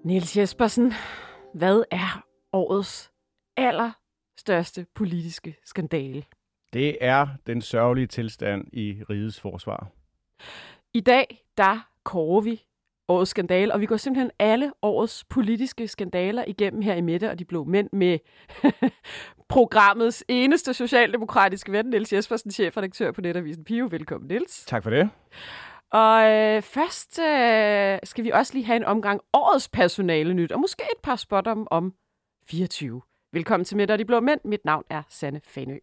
Niels Jespersen, hvad er årets allerstørste politiske skandale? Det er den sørgelige tilstand i rigets forsvar. I dag, der kårer vi årets skandale, og vi går simpelthen alle årets politiske skandaler igennem her i Mette og de Blå Mænd med programmets eneste socialdemokratiske ven, Niels Jespersen, chefredaktør på Netavisen Pio. Velkommen, Niels. Tak for det. Og først skal vi også lige have en omgang årets personalenyt, og måske et par spot om 24. Velkommen til Mette og de Blå Mænd. Mit navn er Sanne Fanø.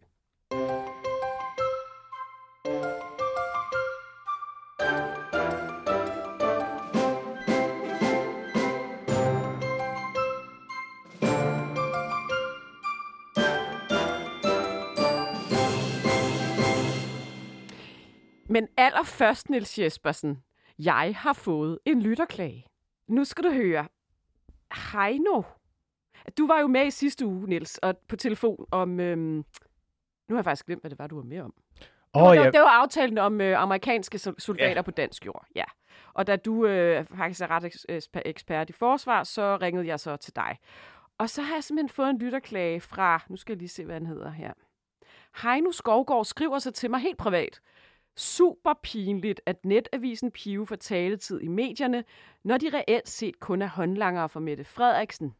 Men allerførst, Niels Jespersen, jeg har fået en lytterklage. Nu skal du høre. Heino, du var jo med i sidste uge, Niels, og på telefon om... nu har jeg faktisk glemt, hvad det var, du var med om. Det var aftalen om amerikanske soldater på dansk jord. Ja. Og da du faktisk er ret ekspert i forsvar, så ringede jeg så til dig. Og så har jeg simpelthen fået en lytterklage fra... Nu skal jeg lige se, hvad han hedder her. Heino Skovgaard skriver sig til mig helt privat. Super pinligt, at Netavisen Pio får taletid i medierne, når de reelt set kun er håndlangere for Mette Frederiksen.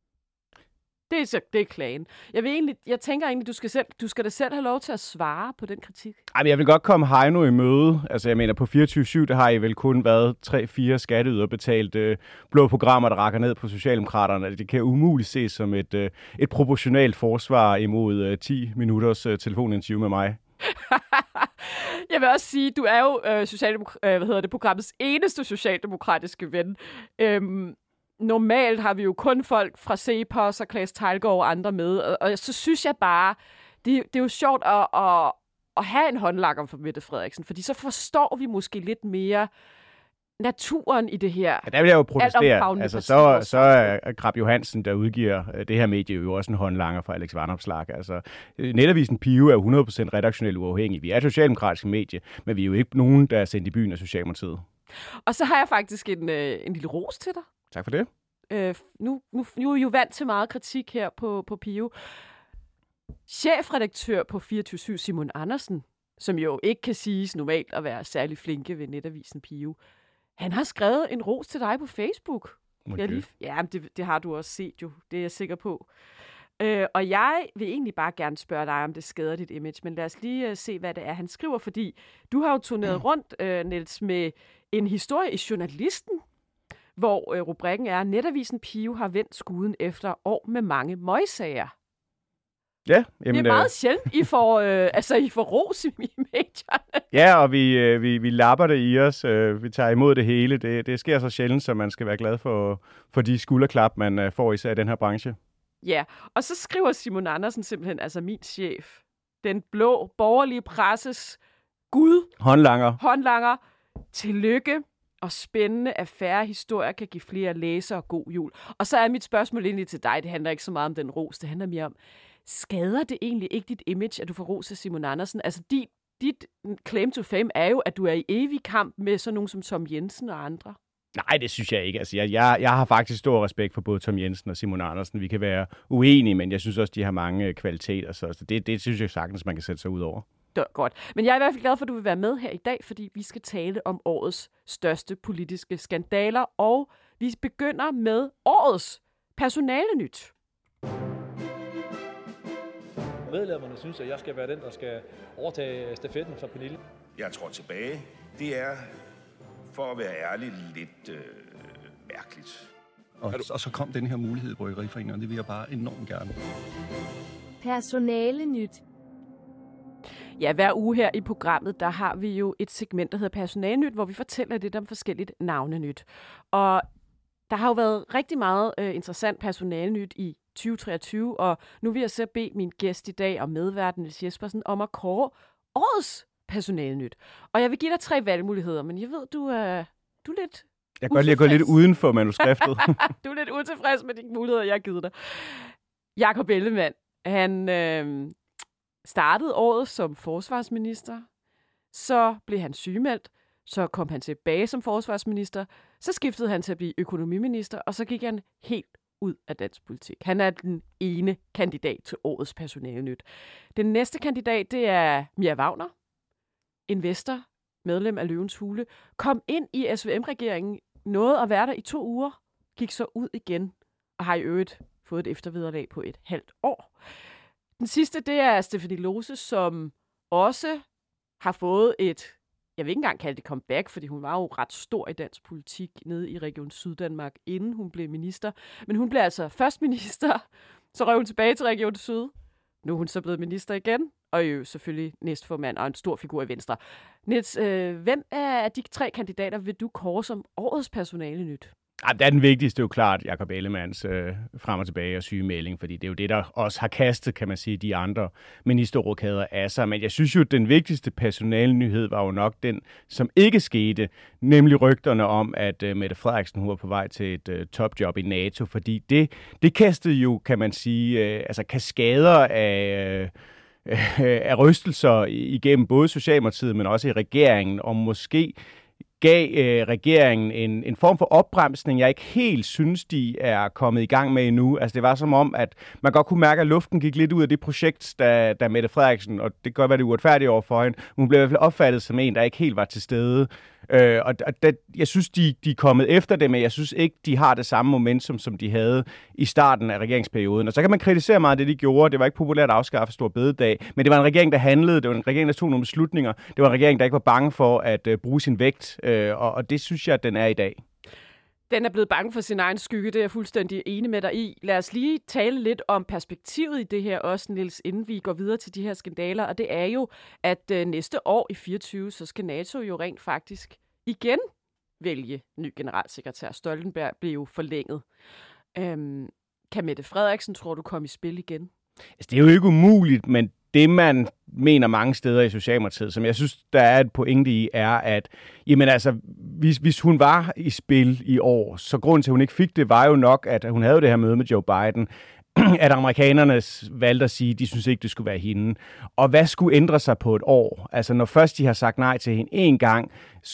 Det er klagen. Jeg tænker egentlig, du skal da selv have lov til at svare på den kritik. Jamen, jeg vil godt komme Heino i møde. Altså, jeg mener, på 24/7, der har I vel kun været 3-4 skatteyderbetalt blå programmer, der rakker ned på Socialdemokraterne. Det kan umuligt ses som et proportionalt forsvar imod 10 minutters telefoninterview med mig. Jeg vil også sige, du er jo programmets eneste socialdemokratiske ven. Normalt har vi jo kun folk fra CEPOS og Claes Teilgaard og andre med, og så synes jeg bare, det er jo sjovt at have en håndlanger for Mette Frederiksen, fordi så forstår vi måske lidt mere naturen i det her. Ja, der vil jeg jo protestere. Altså, så er Krab Johansen, der udgiver det her medie, jo også en håndlanger for Alex Vanopslagh. Altså, Netavisen Pio er 100% redaktionelt uafhængig. Vi er et socialdemokratisk medie, men vi er jo ikke nogen, der er sendt i byen af Socialdemokratiet. Og så har jeg faktisk en lille ros til dig. Tak for det. Nu er I jo vant til meget kritik her på Pio. Chefredaktør på 24/7, Simon Andersen, som jo ikke kan siges normalt at være særlig flinke ved Netavisen Pio, han har skrevet en ros til dig på Facebook. Det har du også set jo, det er jeg sikker på. Og jeg vil egentlig bare gerne spørge dig, om det skader dit image, men lad os lige se, hvad det er, han skriver, fordi du har jo turneret rundt, Niels, med en historie i Journalisten, hvor rubrikken er, Netavisen Pio har vendt skuden efter år med mange møgsager. Ja, det er meget sjældent, I får ros i medierne. Ja, og vi lapper det i os. Vi tager imod det hele. Det sker så sjældent, så man skal være glad for de skulderklap, man får især i den her branche. Ja, og så skriver Simon Andersen simpelthen, altså min chef, den blå borgerlige presses gud. Håndlanger. Tillykke. Og spændende affære historier kan give flere læsere god jul. Og så er mit spørgsmål egentlig til dig. Det handler ikke så meget om den ros. Det handler mere om, skader det egentlig ikke dit image, at du får ros af Simon Andersen? Altså, dit claim to fame er jo, at du er i evig kamp med sådan nogen som Tom Jensen og andre. Nej, det synes jeg ikke. Altså, jeg har faktisk stor respekt for både Tom Jensen og Simon Andersen. Vi kan være uenige, men jeg synes også, de har mange kvaliteter. Så det synes jeg sagtens, man kan sætte sig ud over. Godt. Men jeg er i hvert fald glad for, at du vil være med her i dag, fordi vi skal tale om årets største politiske skandaler, og vi begynder med årets personalenyt. Medlemmerne synes, at jeg skal være den, der skal overtage stafetten fra Pernille. Jeg tror tilbage. Det er, for at være ærlig, lidt mærkeligt. Og så kom den her mulighed i Bryggeriforeningen, og det vil jeg bare enormt gerne. Personalenyt. Ja, hver uge her i programmet, der har vi jo et segment, der hedder Personalenyt, hvor vi fortæller lidt om forskelligt navnenyt. Og der har jo været rigtig meget interessant personalenyt i 2023, og nu vil jeg så bede min gæst i dag og medvært Niels Jespersen om at kåre årets personalenyt. Og jeg vil give dig 3 valgmuligheder, men jeg ved, du er lidt... Jeg kan godt lide at gå lidt uden for manuskriptet. Du er lidt utilfreds med de muligheder, jeg har givet dig. Jakob Ellemann, han startede året som forsvarsminister, så blev han sygemeldt, så kom han tilbage som forsvarsminister, Så skiftede han til at blive økonomiminister, og så gik han helt ud af dansk politik. Han er den ene kandidat til årets personalenyt. Den næste kandidat, det er Mia Wagner, investor, medlem af Løvens Hule, kom ind i SVM-regeringen, nåede at være der i 2 uger, gik så ud igen, og har i øvrigt fået et eftervederlag på et halvt år. Den sidste, det er Stephanie Lose, som også har fået et, jeg vil ikke engang kalde det comeback, fordi hun var jo ret stor i dansk politik nede i Region Syddanmark, inden hun blev minister. Men hun blev altså først minister, så røg hun tilbage til Region Syd. Nu er hun så blevet minister igen, og jo selvfølgelig næstformand og en stor figur i Venstre. Niels, hvem af de 3 kandidater vil du kåre som årets personalenyt? Det er den vigtigste, jo klart, Jakob Ellemanns frem og tilbage og sygemelding, fordi det er jo det, der også har kastet, kan man sige, de andre ministerrokader af sig. Men jeg synes jo, at den vigtigste personalnyhed var jo nok den, som ikke skete, nemlig rygterne om, at Mette Frederiksen var på vej til et topjob i NATO, fordi det kastede jo, kan man sige, kaskader af rystelser igennem både Socialdemokratiet, men også i regeringen, og måske gav regeringen en form for opbremsning, jeg ikke helt synes, de er kommet i gang med endnu. Altså det var som om, at man godt kunne mærke, at luften gik lidt ud af det projekt, da Mette Frederiksen, og det kan godt være, det er uretfærdigt over for hende, hun blev i hvert fald opfattet som en, der ikke helt var til stede. Jeg synes, de er kommet efter det, men jeg synes ikke, de har det samme momentum, som de havde i starten af regeringsperioden. Og så kan man kritisere meget det, de gjorde. Det var ikke populært at afskaffe Store Bededag, men det var en regering, der handlede. Det var en regering, der tog nogle beslutninger. Det var en regering, der ikke var bange for at bruge sin vægt, og det synes jeg, at den er i dag. Den er blevet bange for sin egen skygge, det er jeg fuldstændig enig med dig i. Lad os lige tale lidt om perspektivet i det her også, Niels, inden vi går videre til de her skandaler. Og det er jo, at næste år i 24, så skal NATO jo rent faktisk igen vælge ny generalsekretær. Stoltenberg blev jo forlænget. Kan Mette Frederiksen, tror du, komme i spil igen? Altså, det er jo ikke umuligt, men det, man mener mange steder i Socialdemokratiet, som jeg synes, der er et pointe i, er, at jamen, altså, hvis hun var i spil i år, så grunden til, at hun ikke fik det, var jo nok, at hun havde det her møde med Joe Biden, at amerikanerne valgte at sige, at de synes ikke, det skulle være hende. Og hvad skulle ændre sig på et år? Altså, når først de har sagt nej til hende en gang,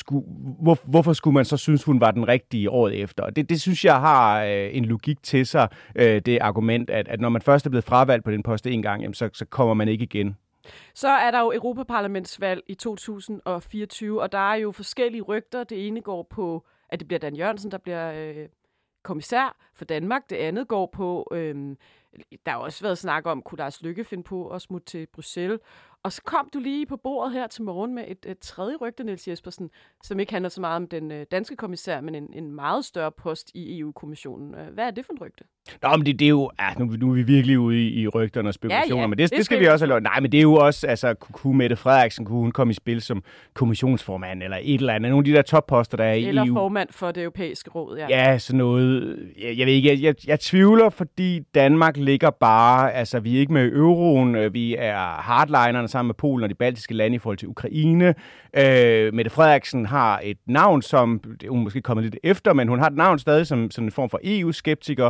hvorfor skulle man så synes, hun var den rigtige året efter? Og det synes jeg har en logik til sig, det argument, at når man først er blevet fravalgt på den post en gang, jamen, så kommer man ikke igen. Så er der jo Europaparlamentsvalg i 2024, og der er jo forskellige rygter. Det ene går på, at det bliver Dan Jørgensen, der bliver kommissær for Danmark. Det andet går på, der har også været snak om, kunne Lars Løkke finde på at smutte til Bruxelles. Og så kom du lige på bordet her til morgen med et tredje rygte, Niels Jespersen, som ikke handler så meget om den danske kommissær, men en meget større post i EU-kommissionen. Hvad er det for en rygte? Nå, men det er jo... nu er vi virkelig ude i rygterne og spekulationer, men det skal vi også have lov. Nej, men det er jo også... Altså, kunne Mette Frederiksen, kunne hun komme i spil som kommissionsformand, eller et eller andet? Nogle af de der topposter, der er i EU. Eller formand for det europæiske råd, ja. Ja, sådan noget... Jeg ved ikke, jeg tvivler, fordi Danmark ligger bare... Altså, vi er ikke med i euroen, vi er hardlinerne sammen med Polen og de baltiske lande i forhold til Ukraine. Mette Frederiksen har et navn, som... Hun er måske kommet lidt efter, men hun har et navn stadig som sådan en form for EU-skeptiker.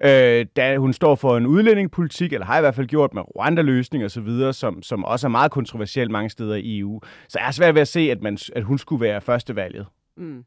Da hun står for en udlændingepolitik, eller har i hvert fald gjort med Rwanda-løsning og så videre, som også er meget kontroversielt mange steder i EU. Så jeg er svært ved at se, at hun skulle være førstevalget. Mm.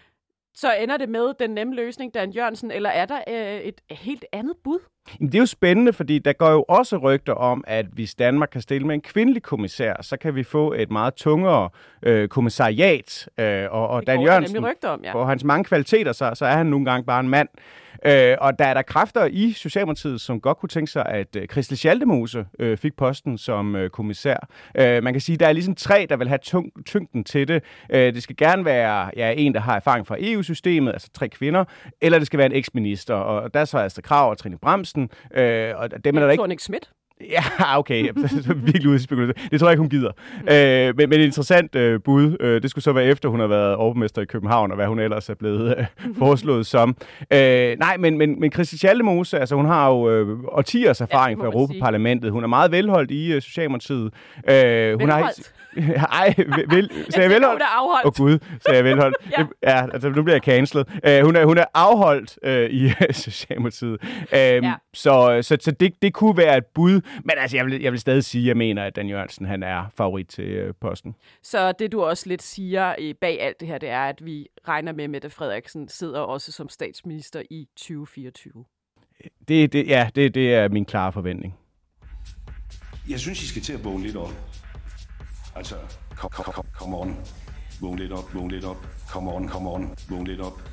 Så ender det med den nemme løsning, Dan Jørgensen, eller er der et helt andet bud? Jamen, det er jo spændende, fordi der går jo også rygter om, at hvis Danmark kan stille med en kvindelig kommissær, så kan vi få et meget tungere kommissariat. Og Dan Jørgensen, for hans mange kvaliteter, så er han nogle gange bare en mand. Og der er der kræfter i Socialdemokratiet, som godt kunne tænke sig, at Christel Schaldemose fik posten som kommissær. Man kan sige, at der er ligesom 3, der vil have tyngden til det. Det skal gerne være en, der har erfaring fra EU-systemet, altså 3 kvinder, eller det skal være en eksminister. Og der er så Astrid Krag og Trine Bramsen. Og dem er der ikke... Thorning-Schmidt? Ja, okay. Så virkelig ude i spekulation. Det tror jeg ikke, hun gider. Men et interessant bud. Det skulle så være efter, hun har været overborgmester i København, og hvad hun ellers er blevet foreslået som. Nej, men Christel Schaldemose, altså hun har jo årtiers erfaring fra Europaparlamentet. Hun er meget velholdt i Socialdemokratiet. Ej, så jeg velholdt? Hun er afholdt. Gud, så jeg velholdt. Ja, altså nu bliver jeg cancelled. Hun er afholdt i Socialdemokratiet. Så det kunne være et bud. Men altså, jeg vil stadig sige, at jeg mener, at Dan Jørgensen, han er favorit til posten. Så det du også lidt siger bag alt det her, det er, at vi regner med, at Mette Frederiksen sidder også som statsminister i 2024. Det er min klare forventning. Jeg synes, I skal til at vågne lidt op. Altså, come on. Vågn lidt op. Come on. Vågn lidt op.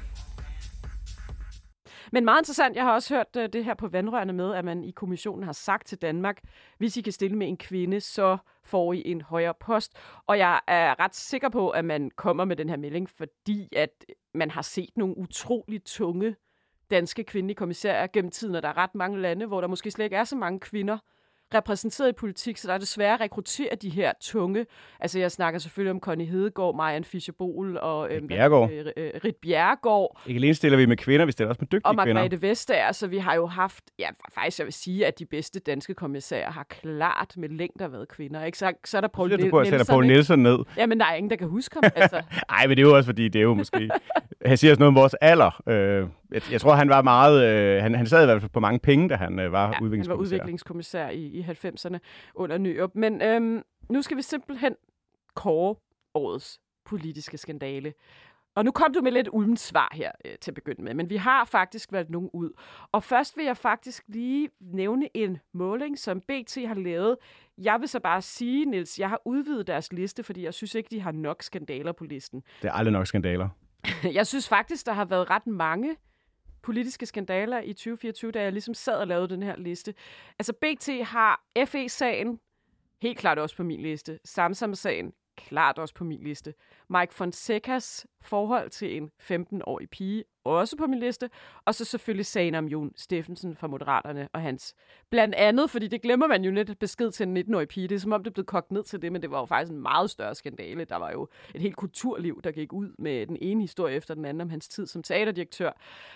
Men meget interessant, jeg har også hørt det her på vandrørene med, at man i kommissionen har sagt til Danmark, hvis I kan stille med en kvinde, så får I en højere post. Og jeg er ret sikker på, at man kommer med den her melding, fordi at man har set nogle utroligt tunge danske kvindelige kommissærer gennem tiden, og der er ret mange lande, hvor der måske slet ikke er så mange kvinder repræsenteret i politik, så der er det svært at rekruttere de her tunge. Altså, jeg snakker selvfølgelig om Connie Hedegaard, Marianne Fischer-Boel og Ritt Bjerregaard. Ikke alene stiller vi med kvinder, vi stiller også med dygtige kvinder. Og Margrethe Vestager, så vi har jo haft, faktisk jeg vil sige, at de bedste danske kommissærer har klart med længder været kvinder. Ikke? Så er der Poul Nielsen. Du sætter Poul Nielsen ned. Jamen, der er ingen, der kan huske ham. Altså. Ej, men det er jo også, fordi det er jo måske... Han siger også noget om vores alder. Jeg tror, han var meget... Han sad i hvert fald på mange penge, da han var udviklingskommissær. Han var udviklingskommissær i 90'erne under Nyrup. Men nu skal vi simpelthen kåre årets politiske skandale. Og nu kom du med lidt ulmt svar her til at begynde med, men vi har faktisk valgt nogen ud. Og først vil jeg faktisk lige nævne en måling, som BT har lavet. Jeg vil så bare sige, Niels, jeg har udvidet deres liste, fordi jeg synes ikke, de har nok skandaler på listen. Det er aldrig nok skandaler. Jeg synes faktisk, der har været ret mange politiske skandaler i 2024, da jeg ligesom sad og lavede den her liste. Altså BT har FE-sagen, helt klart også på min liste. Samsam-sagen, klart også på min liste. Mike Fonsecas forhold til en 15-årig pige, også på min liste. Og så selvfølgelig sagen om Jon Steffensen fra Moderaterne og hans. Blandt andet, fordi det glemmer man jo lidt, besked til en 19-årig pige. Det er som om, det er blevet kogt ned til det, men det var jo faktisk en meget større skandale. Der var jo et helt kulturliv, der gik ud med den ene historie efter den anden om hans tid som teaterdirektør.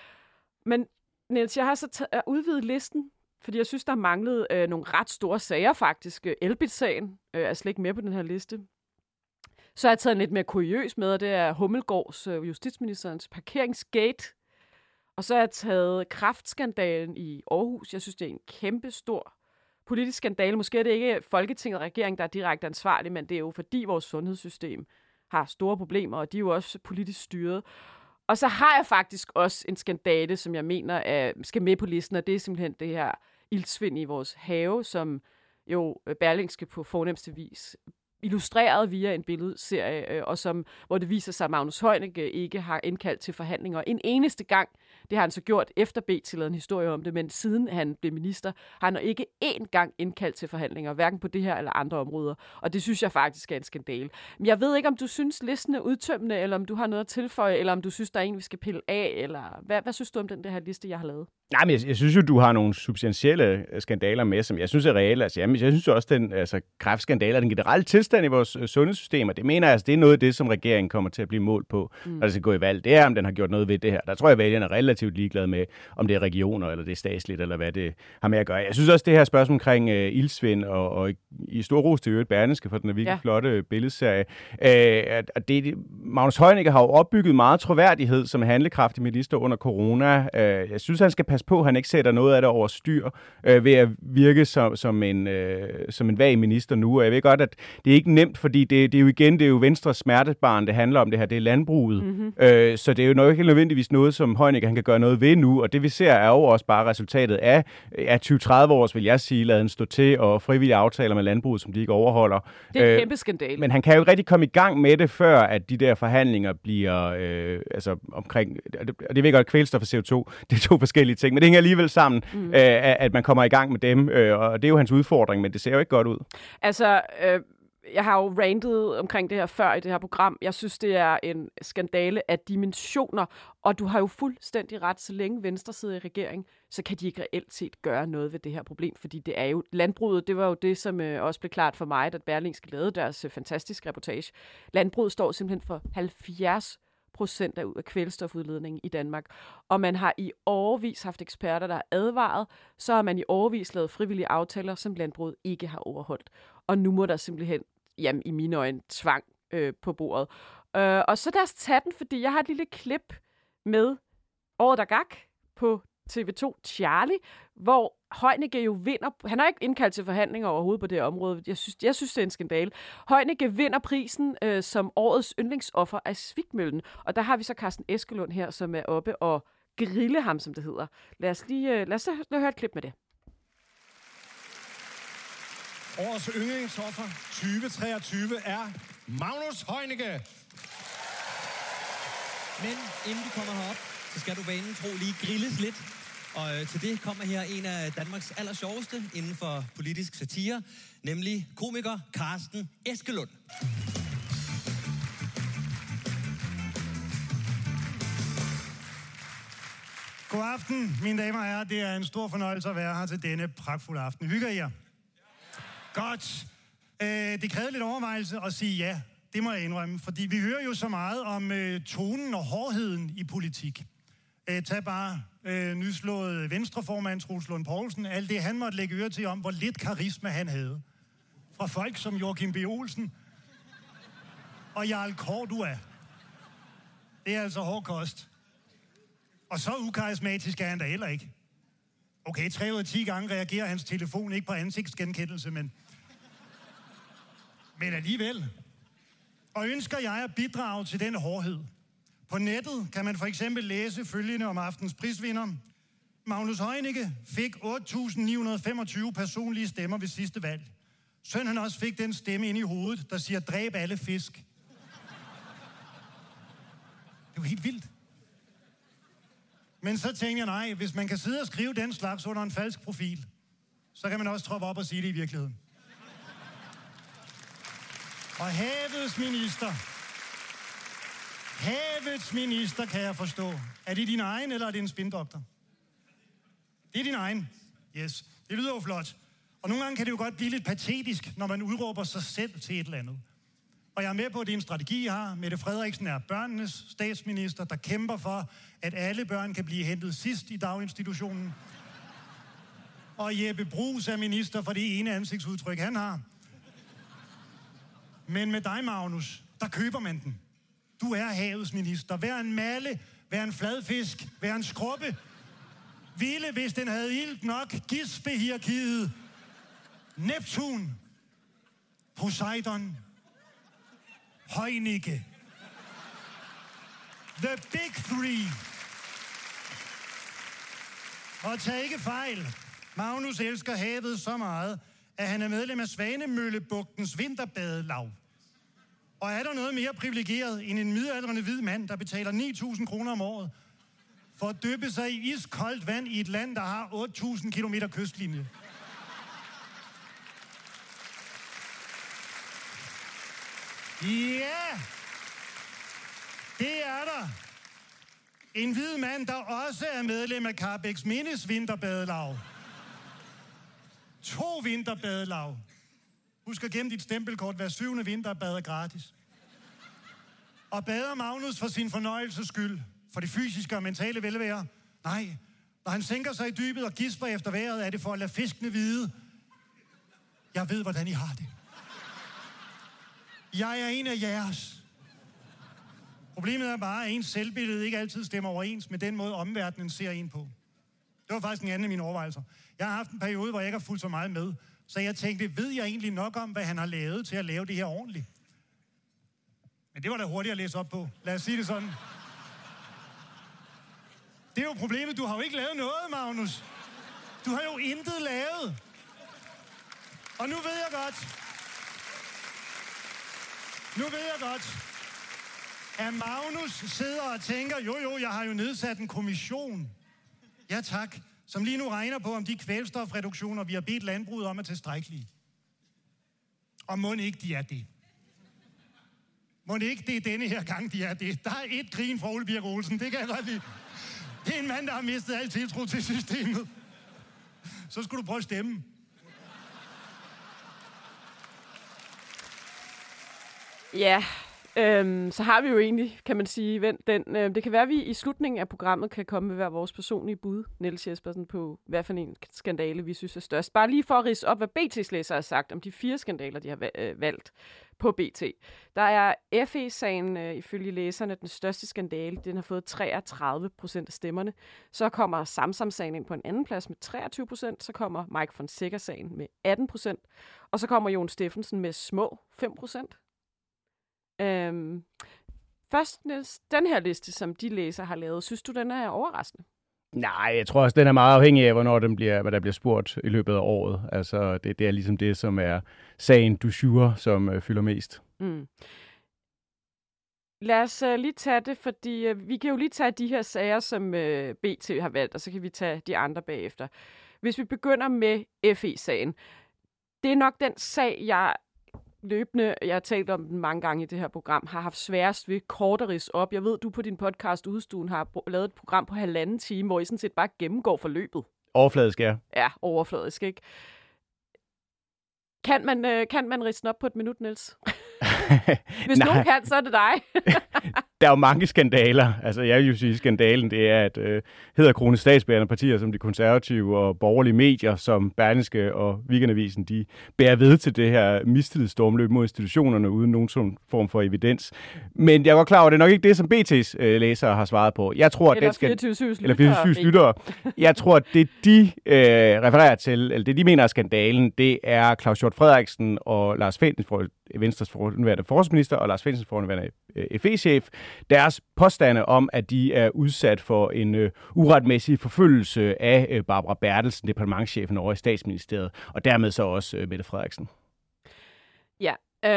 Men Niels, jeg har så udvidet listen, fordi jeg synes, der manglede nogle ret store sager faktisk. Elbit-sagen er slet ikke med på den her liste. Så har jeg taget en lidt mere kuriøs med, og det er Hummelgaards, justitsministerens parkeringsgate. Og så har jeg taget kræftskandalen i Aarhus. Jeg synes, det er en kæmpe stor politisk skandale. Måske er det ikke Folketinget og regeringen, der er direkte ansvarlig, men det er jo fordi vores sundhedssystem har store problemer, og de er jo også politisk styret. Og så har jeg faktisk også en skandale, som jeg mener skal med på listen, og det er simpelthen det her iltsvind i vores have, som jo Berlingske på fornemste vis illustreret via en billedserie, og hvor det viser sig, at Magnus Heunicke ikke har indkaldt til forhandlinger en eneste gang. Det har han så gjort efter BT lavede en historie om det, men siden han blev minister, har han ikke én gang indkaldt til forhandlinger, hverken på det her eller andre områder. Og det synes jeg faktisk er en skandale. Men jeg ved ikke, om du synes, listen er udtømmende, eller om du har noget at tilføje, eller om du synes, der er en, vi skal pille af, eller hvad synes du om den her liste, jeg har lavet? Nej, men jeg synes jo, du har nogle substantielle skandaler med, som jeg synes er reelle. Altså, jeg synes også, den kræftskandaler, den generelle tilstand i vores sundhedssystem, og det mener jeg, altså, det er noget af det, som regeringen kommer til at blive målt på, når det skal gå i valg. Det er, om den har gjort noget ved det her. Der tror jeg, vælgerne er relativt ligeglade med, om det er regioner, eller det er statsligt, eller hvad det har med at gøre. Jeg synes også, det her spørgsmål omkring ildsvind, og i stor ros til øvrigt Berlingske, for den er virkelig flotte billedserie. Magnus Heunicke har jo opbygget meget troværdighed som handlekraftig minister under corona. Jeg synes, han skal passe på, at han ikke sætter noget af det over styr ved at virke som en vag minister nu. Og jeg ved godt, at det er ikke nemt, fordi det er jo Venstres smertebarn, det handler om det her. Det er landbruget. Mm-hmm. Så det er jo nok ikke nødvendigvis noget, som Heunicke han kan gøre noget ved nu. Og det vi ser er jo også bare resultatet af 20-30 års, vil jeg sige, laden stå til og frivillige aftaler med landbruget, som de ikke overholder. Det er en kæmpe skandale. Men han kan jo ikke rigtig komme i gang med det, før at de der forhandlinger bliver omkring, og det ved godt, kvælstof og CO2, det er to forskellige ting, men det hænger alligevel sammen, at man kommer i gang med dem, og det er jo hans udfordring, men det ser jo ikke godt ud. Altså, jeg har jo rantet omkring det her før i det her program. Jeg synes, det er en skandale af dimensioner, og du har jo fuldstændig ret, så længe Venstre sidder i regering, så kan de ikke reelt set gøre noget ved det her problem, fordi det er jo landbruget, det var jo det, som også blev klart for mig, da Berlingske lavede deres fantastiske reportage. Landbruget står simpelthen for 70% af kvælstofudledningen i Danmark. Og man har i årevis haft eksperter, der har advaret, så har man i årevis lavet frivillige aftaler, som landbruget ikke har overholdt. Og nu må der simpelthen jamen, i mine øjne, tvang på bordet. Og så lad os tage den, fordi jeg har et lille klip med Året, der gak på TV2 Charlie, hvor Heunicke jo vinder. Han har ikke indkaldt til forhandlinger overhovedet på det område. Jeg synes det er en skandale. Heunicke vinder prisen som årets yndlingsoffer af Svikmøllen. Og der har vi så Carsten Eskelund her, som er oppe og grille ham, som det hedder. Lad os høre et klip med det. Årets yndlingsoffer 2023 er Magnus Heunicke. Men inden du kommer herop, så skal du vanen tro lige grilles lidt. Og til det kommer her en af Danmarks allersjoveste inden for politisk satire, nemlig komiker Carsten Eskelund. God aften, mine damer og herrer. Det er en stor fornøjelse at være her til denne pragtfulde aften. Hygger I jer? Godt. Det krævede lidt overvejelse at sige ja. Det må jeg indrømme, fordi vi hører jo så meget om tonen og hårdheden i politik. Tag bare nyslået venstreformand Troels Lund Poulsen. Alt det, han måtte lægge øre til om, hvor lidt karisma han havde. Fra folk som Joachim B. Olsen og Jarl Cordua. Det er altså hård kost. Og så ukarismatisk er han da heller ikke. Okay, 3 ud af 10 gange reagerer hans telefon ikke på ansigtsgenkendelse, men alligevel. Og ønsker jeg at bidrage til den hårdhed? På nettet kan man for eksempel læse følgende om aftens prisvinder. Magnus Heunicke fik 8.925 personlige stemmer ved sidste valg. Søn han også fik den stemme ind i hovedet, der siger, dræb alle fisk. Det er jo helt vildt. Men så tænkte jeg, nej, hvis man kan sidde og skrive den slags under en falsk profil, så kan man også troppe op og sige det i virkeligheden. Og havets minister kan jeg forstå. Er det din egen, eller er det en spindoktor? Det er din egen. Yes, det lyder jo flot. Og nogle gange kan det jo godt blive lidt patetisk, når man udråber sig selv til et eller andet. Og jeg er med på, at det er en strategi, jeg har. Mette Frederiksen er børnenes statsminister, der kæmper for, at alle børn kan blive hentet sidst i daginstitutionen. Og Jeppe Bruus er minister for det ene ansigtsudtryk, han har. Men med dig, Magnus, der køber man den. Du er havets minister. Vær en malle, vær en fladfisk, vær en skrubbe. Ville, hvis den havde ilt nok, gispehierarkiet. Neptun. Poseidon. Heunicke. The Big Three. Og tag ikke fejl. Magnus elsker havet så meget, at han er medlem af Svanemøllebugtens vinterbadelag. Og er der noget mere privilegeret end en midaldrende hvid mand, der betaler 9.000 kroner om året for at dyppe sig i iskoldt vand i et land, der har 8.000 kilometer kystlinje? Ja, det er der. En hvid mand, der også er medlem af Karrebæksmindes vinterbadelag. 2 vinterbadelag. Husk at gemme dit stempelkort. Hver 7. vinterbad er gratis. Og bader Magnus for sin fornøjelses skyld, for det fysiske og mentale velvære? Nej. Når han sænker sig i dybet og gisper efter vejret, er det for at lade fiskene vide. Jeg ved, hvordan I har det. Jeg er en af jeres. Problemet er bare, at ens selvbillede ikke altid stemmer overens med den måde, omverdenen ser en på. Det var faktisk en anden af mine overvejelser. Jeg har haft en periode, hvor jeg ikke har fulgt så meget med. Så jeg tænkte, ved jeg egentlig nok om, hvad han har lavet til at lave det her ordentligt? Men det var da hurtigt at læse op på. Lad os sige det sådan. Det er jo problemet. Du har jo ikke lavet noget, Magnus. Du har jo intet lavet. Og nu ved jeg godt, at Magnus sidder og tænker, jo, jeg har jo nedsat en kommission. Ja tak, som lige nu regner på, om de kvælstofreduktioner, vi har bedt landbruget om, er tilstrækkelige. Og må ikke de er det. Må ikke det er denne her gang, de er det. Der er et grin fra Ole Birk Olsen, det kan jeg godt lide. Det er en mand, der har mistet al tiltro til systemet. Så skulle du prøve at stemme. Ja, Så har vi jo egentlig, kan man sige, det kan være, at vi i slutningen af programmet kan komme med hver vores personlige bud, Niels Jespersen, på hvad for en skandale, vi synes er størst. Bare lige for at ridse op, hvad BT's læser har sagt om de 4 skandaler, de har valgt på BT. Der er FE-sagen ifølge læserne den største skandale. Den har fået 33% af stemmerne. Så kommer Samsam-sagen ind på en anden plads med 23%. Så kommer Mike Fonseca-sagen med 18%. Og så kommer Jon Steffensen med små 5%. Først, Niels, den her liste, som de læser har lavet, synes du, den er overraskende? Nej, jeg tror også, den er meget afhængig af, hvad der bliver spurgt i løbet af året. Altså, det er ligesom det, som er sagen du jour, som fylder mest. Mm. Lad os lige tage det, fordi vi kan jo lige tage de her sager, som BT har valgt, og så kan vi tage de andre bagefter. Hvis vi begynder med FE-sagen, det er nok den sag, jeg har talt om den mange gange i det her program, har haft sværest ved kort at ridse op. Jeg ved, du på din podcast Udestuen har lavet et program på 1,5 time, hvor I sådan set bare gennemgår forløbet. Overfladisk, ja. Ja, overfladisk, ikke? Kan man ridse den op på et minut, Niels? Hvis nogen kan, så er det dig. Der er jo mange skandaler. Altså, jeg vil jo sige, skandalen, det er, at hæderkronede statsbærende partier, som de konservative og borgerlige medier, som Berlingske og Weekendavisen, de bærer ved til det her mistillidsstormløb mod institutionerne, uden nogen form for evidens. Men jeg er godt klar over, det er nok ikke det, som BT's læsere har svaret på. Jeg tror, eller 24/7's lyttere. Jeg tror, at det, de refererer til, eller det, de mener er skandalen, det er Claus Hjort Frederiksen og Lars Findsen, Venstres forhenværende forsvarsminister, og Lars Findsen, forhenværende FE-chef, deres påstande om, at de er udsat for en uretmæssig forfølgelse af Barbara Bertelsen, departementschefen over i Statsministeriet, og dermed så også Mette Frederiksen. Ja,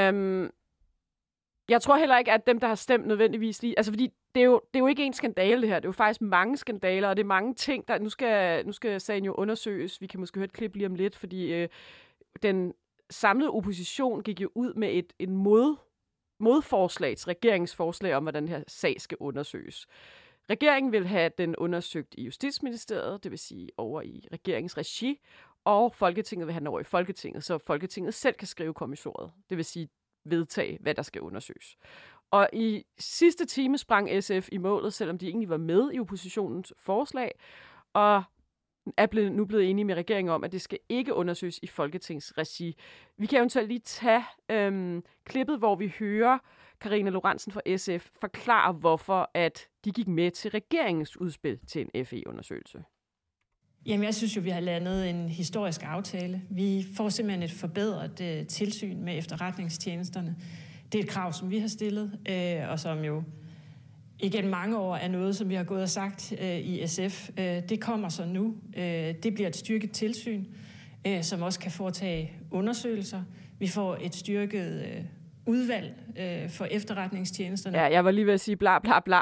jeg tror heller ikke, at dem, der har stemt nødvendigvis lige... Altså, fordi det er jo ikke en skandale, det her. Det er jo faktisk mange skandaler, og det er mange ting, der... Nu skal sagen jo undersøges. Vi kan måske høre et klip lige om lidt, fordi den samlede opposition gik jo ud med en modforslag til regeringsforslag om, hvordan den her sag skal undersøges. Regeringen vil have den undersøgt i Justitsministeriet, det vil sige over i regeringens regi, og Folketinget vil have den over i Folketinget, så Folketinget selv kan skrive kommissoriet. Det vil sige vedtage, hvad der skal undersøges. Og i sidste time sprang SF i målet, selvom de egentlig var med i oppositionens forslag, og er nu blevet enige med regeringen om, at det skal ikke undersøges i Folketingets regi. Vi kan eventuelt lige tage klippet, hvor vi hører Karina Lorentzen fra SF forklare, hvorfor at de gik med til regeringens udspil til en FE-undersøgelse. Jamen, jeg synes jo, vi har landet en historisk aftale. Vi får simpelthen et forbedret tilsyn med efterretningstjenesterne. Det er et krav, som vi har stillet, og som jo igen mange år er noget, som vi har gået og sagt i SF. Det kommer så nu. Det bliver et styrket tilsyn, som også kan foretage undersøgelser. Vi får et styrket udvalg for efterretningstjenesterne. Ja, jeg var lige ved at sige bla bla bla.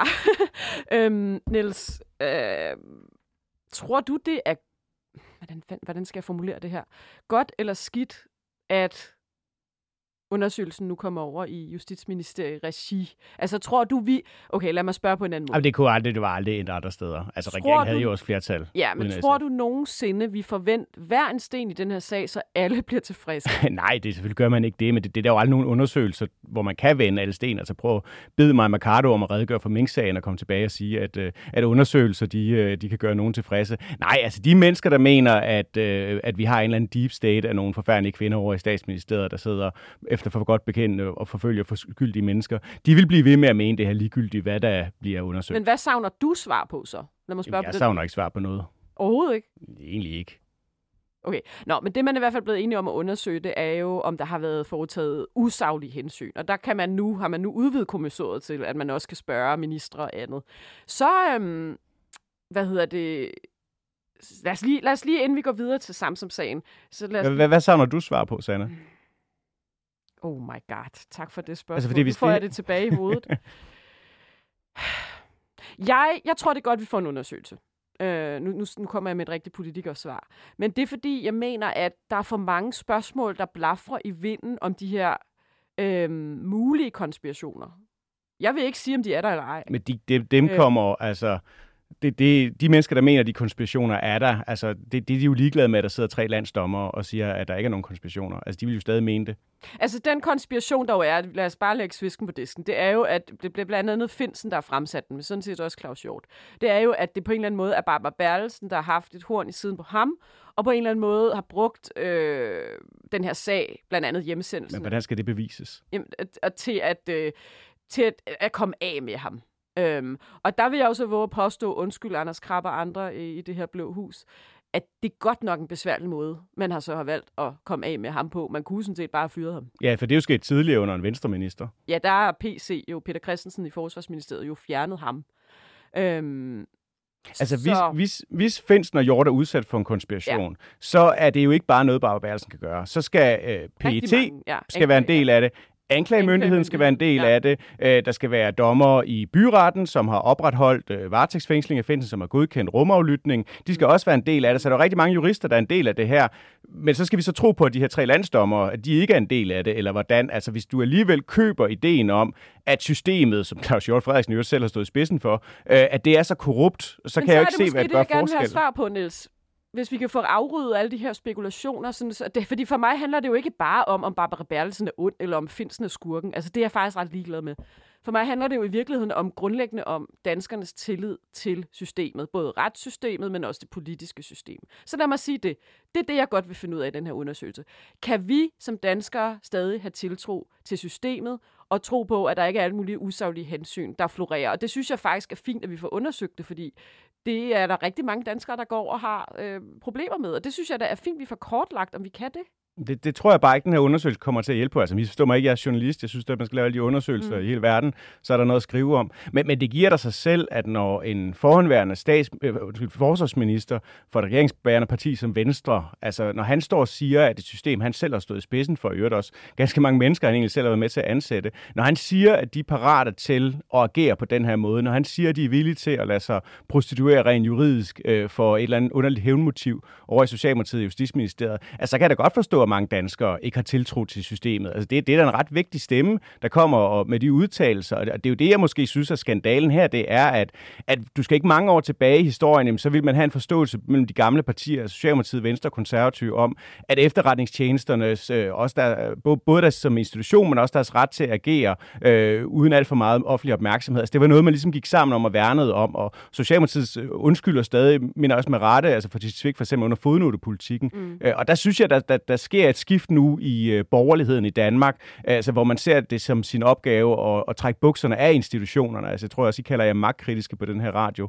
Niels, tror du det er... Hvordan skal jeg formulere det her? Godt eller skidt, at undersøgelsen nu kommer over i Justitsministeriet regi? Altså, tror du Okay, lad mig spørge på en anden måde. Jamen, det var aldrig et andre steder. Altså, regeringen havde jo også flertal. Ja, men tror du nogensinde, vi forventer hver en sten i den her sag, så alle bliver tilfredse? Nej, selvfølgelig gør man ikke det, men det er der jo aldrig nogen undersøgelser, hvor man kan vende alle sten. Altså, prøv at bede mig Mercado om at redegøre for Mink-sagen og komme tilbage og sige, at undersøgelser, de kan gøre nogen tilfredse. Nej, altså, de mennesker, der mener, at vi har en eller anden deep state af nogle forfærdelige kvinder over i Statsministeriet, der sidder efter for godt bekendte og forfølger forskyldige mennesker, de vil blive ved med at mene det her ligegyldigt, hvad der bliver undersøgt. Men hvad savner du svar på så? Lad mig spørge. Jeg savner ikke svar på noget. Overhovedet ikke? Egentlig ikke. Okay. Nå, men det man i hvert fald blevet enige om at undersøge, det er jo, om der har været foretaget usaglige hensyn. Og der har man nu udvidet kommissoriet til, at man også kan spørge ministre og andet. Så, lad os lige, inden vi går videre til Samsam-sagen. Hvad savner du svar på, Sanna? Oh my god, tak for det spørgsmål. Altså, fordi nu får jeg det tilbage i hovedet. Jeg tror, det er godt, vi får en undersøgelse. Nu kommer jeg med et rigtigt politikersvar. Men det er fordi, jeg mener, at der er for mange spørgsmål, der blafrer i vinden om de her mulige konspirationer. Jeg vil ikke sige, om de er der eller ej. Men dem kommer, altså... De mennesker, der mener, at de konspirationer er der, altså de er jo ligeglade med, at der sidder 3 landsdommere og siger, at der ikke er nogen konspirationer. Altså de vil jo stadig mene det. Altså den konspiration, der jo er, lad os bare lægge svisken på disken, det er jo, at det bliver blandt andet Finsen, der har fremsat den, men sådan set også Claus Hjort. Det er jo, at det på en eller anden måde er Barbara Bertelsen, der har haft et horn i siden på ham, og på en eller anden måde har brugt den her sag, blandt andet hjemsendelsen. Men hvordan skal det bevises? Til at komme af med ham. Og der vil jeg også våge at påstå, undskyld Anders Krabbe og andre i det her blå hus, at det er godt nok en besværlig måde, man har så valgt at komme af med ham på. Man kunne sådan set bare fyre ham. Ja, for det er jo sket tidligere under en venstreminister. Ja, der er PC jo, Peter Christensen i Forsvarsministeriet, jo fjernet ham. Altså, hvis Finsen og Hjort er udsat for en konspiration, så er det jo ikke bare noget, Barbara Bertelsen kan gøre. Så skal PET skal være en del af det. Anklagemyndigheden skal være en del af det. Der skal være dommer i byretten, som har opretholdt varetægtsfængsling af Finsen, som har godkendt rumaflytning. De skal også være en del af det, så der er rigtig mange jurister, der er en del af det her. Men så skal vi så tro på, at de her 3 landsdommere, at de ikke er en del af det, eller hvordan? Altså, hvis du alligevel køber ideen om, at systemet, som Claus Hjort Frederiksen jo selv har stået i spidsen for, at det er så korrupt, så kan jeg jo ikke se, hvad det gør forskel. Men så er det måske det, jeg gerne vil have svar på, Niels. Hvis vi kan få afryddet alle de her spekulationer. Fordi for mig handler det jo ikke bare om Barbara Bertelsen er ond, eller om Finsen er skurken. Altså det er jeg faktisk ret ligeglad med. For mig handler det jo i virkeligheden om grundlæggende om danskernes tillid til systemet. Både retssystemet, men også det politiske system. Så lad mig sige det. Det er det, jeg godt vil finde ud af i den her undersøgelse. Kan vi som danskere stadig have tiltro til systemet, og tro på, at der ikke er alle mulige usaglige hensyn, der florerer? Og det synes jeg faktisk er fint, at vi får undersøgt det, fordi det er der rigtig mange danskere, der går og har problemer med. Og det synes jeg, der er fint, at vi får kortlagt, om vi kan det. Det tror jeg bare ikke, den her undersøgelse kommer til at hjælpe på. Altså, misforstår mig ikke, jeg er journalist. Jeg synes, at man skal lave alle de undersøgelser i hele verden, så er der noget at skrive om. Men det giver dig sig selv, at når en forhåndværende forsvarsminister for et regeringsbærende parti som Venstre, altså når han står og siger, at det system, han selv har stået i spidsen for, i øvrigt også ganske mange mennesker, han egentlig selv har været med til at ansætte, når han siger, at de er parate til at agere på den her måde, når han siger, at de er villige til at lade sig prostituere rent juridisk for et eller andet underligt hævnmotiv over i Socialdemokratiet og Justitsministeriet, altså så kan jeg da godt forstå, at mange danskere ikke har tiltro til systemet. Altså det er da en ret vigtig stemme, der kommer med de udtalelser, og det er jo det, jeg måske synes er skandalen her, det er, at du skal ikke mange år tilbage i historien, så vil man have en forståelse mellem de gamle partier, Socialdemokratiet, Venstre og Konservative, om, at efterretningstjenesternes, også der, både deres som institution, men også deres ret til at agere uden alt for meget offentlig opmærksomhed. Altså det var noget, man ligesom gik sammen om og værnede om, og Socialdemokratiet undskylder stadig, men også med rette, altså for svigt for eksempel under fodnotepolitikken. Og der synes jeg, der sker et skift nu i borgerligheden i Danmark, altså hvor man ser det som sin opgave at trække bukserne af institutionerne. Altså jeg tror også, I kalder jer magtkritiske på den her radio,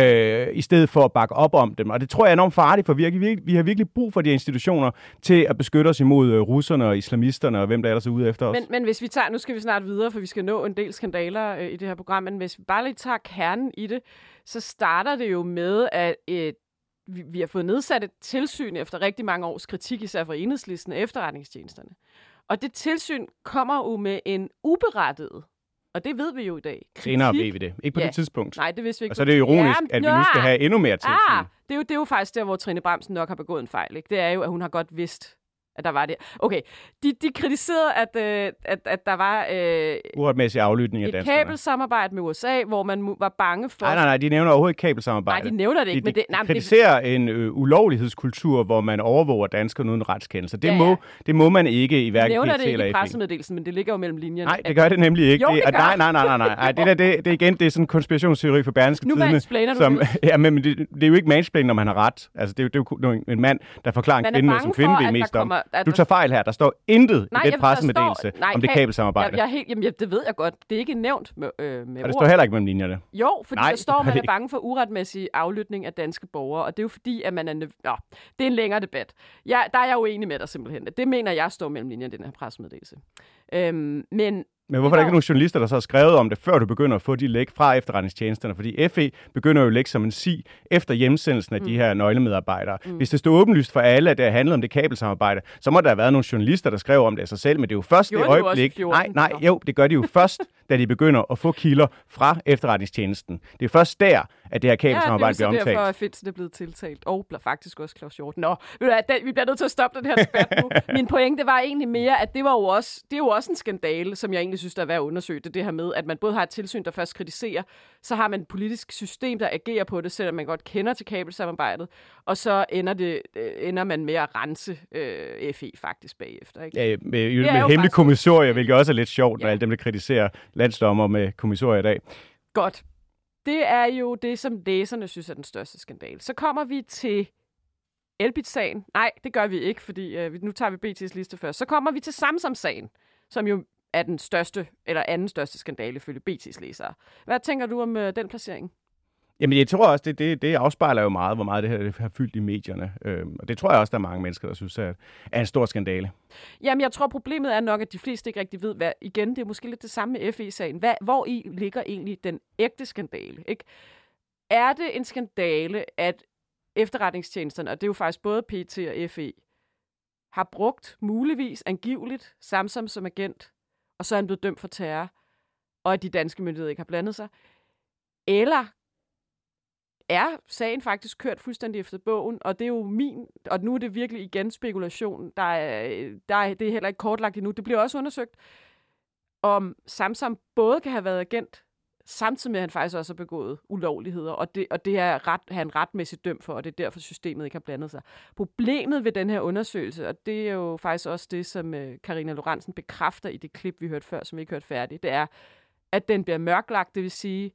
i stedet for at bakke op om dem. Og det tror jeg er enormt farligt, for vi har virkelig brug for de institutioner til at beskytte os imod russerne og islamisterne og hvem der ellers er ude efter os. Men hvis vi tager, nu skal vi snart videre, for vi skal nå en del skandaler i det her program, men hvis vi bare lige tager kernen i det, så starter det jo med, at vi har fået nedsat et tilsyn efter rigtig mange års kritik, især fra Enhedslisten af efterretningstjenesterne. Og det tilsyn kommer jo med en uberettiget, og det ved vi jo i dag. Senere ved vi det. Ikke på det tidspunkt. Nej, det vidste vi ikke. Og så er det ironisk, at vi nu skal have endnu mere tilsyn. Det er jo faktisk der, hvor Trine Bramsen nok har begået en fejl. Ikke? Det er jo, at hun har godt vidst, at der var det. Okay, de kritiserede, at der var uretmæssig aflytning af danskerne. Et kabelsamarbejde med USA, hvor man var bange for... Nej, de nævner overhovedet ikke kabelsamarbejde. Nej, de nævner det ikke. De kritiserer en ulovlighedskultur, hvor man overvåger danskere uden retskendelse. Det må man ikke i hverken PET eller FN. Det nævner det ikke i pressemeddelelsen, men det ligger jo mellem linjerne. Nej, det gør det nemlig ikke. Jo, det gør. Nej. Det er igen, det er sådan en konspirationsteori for Berlingske Tidende. Nu mansplainer du ja, men det er jo ikke mansplaining, når man har ret. Altså, det er jo en mand, der forklarer en kvinde, som kvinde ved mest om. Du tager fejl her. Der står intet i den pressemeddelelse om det kabelsamarbejde. Det ved jeg godt. Det er ikke nævnt med og det står heller ikke mellem linjerne. Jo, fordi der står, at man er bange for uretmæssig aflytning af danske borgere, og det er jo fordi, at man er... det er en længere debat. Der er jeg uenig med dig simpelthen. Det mener jeg står mellem linjerne i den her pressemeddelelse. Men hvorfor er der ikke nogen journalister, der så har skrevet om det, før du begynder at få de læk fra efterretningstjenesterne? Fordi FE begynder jo at lægge som en efter hjemsendelsen af de her nøglemedarbejdere. Hvis det stod åbenlyst for alle, at det handlede om det kabelsamarbejde, så må der have været nogle journalister, der skrev om det af sig selv, men det er jo først det øjeblik... det gør de jo først, da de begynder at få kilder fra efterretningstjenesten. Det er først der, at det her kabelsamarbejde bliver omtalt. Ja, det er derfor, at Finsen er blevet tiltalt, og faktisk også Claus Hjort. Nå, vi bliver nødt til at stoppe den her debat nu. Min pointe var egentlig mere, at det er jo også en skandale, som jeg egentlig virkelig synes, der er værd at undersøge, det her med, at man både har et tilsyn, der først kritiserer, så har man et politisk system, der agerer på det, selvom man godt kender til kabelsamarbejdet, og så ender man med at rense FE faktisk bagefter. Ikke? Ja, med hemmelig kommissorier, hvilket også er lidt sjovt, når alle dem, der kritiserer landsdommer med kommissorier i dag. Godt. Det er jo det, som læserne synes er den største skandale. Så kommer vi til Elbit-sagen. Nej, det gør vi ikke, fordi nu tager vi BT's liste først. Så kommer vi til Samsam-sagen, som jo er den største, eller anden største skandale ifølge BT's læsere. Hvad tænker du om den placering? Jamen, jeg tror også, det afspejler jo meget, hvor meget det her har fyldt i medierne. Og det tror jeg også, der er mange mennesker, der synes er en stor skandale. Jamen, jeg tror, problemet er nok, at de fleste ikke rigtig ved, hvad igen, det er måske lidt det samme med FE-sagen. Hvor i ligger egentlig den ægte skandale? Ikke? Er det en skandale, at efterretningstjenesterne, og det er jo faktisk både PT og FE, har brugt muligvis angiveligt Samsam som agent, og så er han blevet dømt for terror, og at de danske myndigheder ikke har blandet sig? Eller er sagen faktisk kørt fuldstændig efter bogen, og det er jo og nu er det virkelig igen spekulation, det er heller ikke kortlagt endnu, det bliver også undersøgt, om Samsam både kan have været agent, samtidig med, at han faktisk også har begået ulovligheder, og det er han retmæssigt dømt for, og det er derfor, systemet ikke har blandet sig. Problemet ved den her undersøgelse, og det er jo faktisk også det, som Karina Lorentzen bekræfter i det klip, vi hørte før, som vi ikke hørte færdigt, det er, at den bliver mørklagt, det vil sige,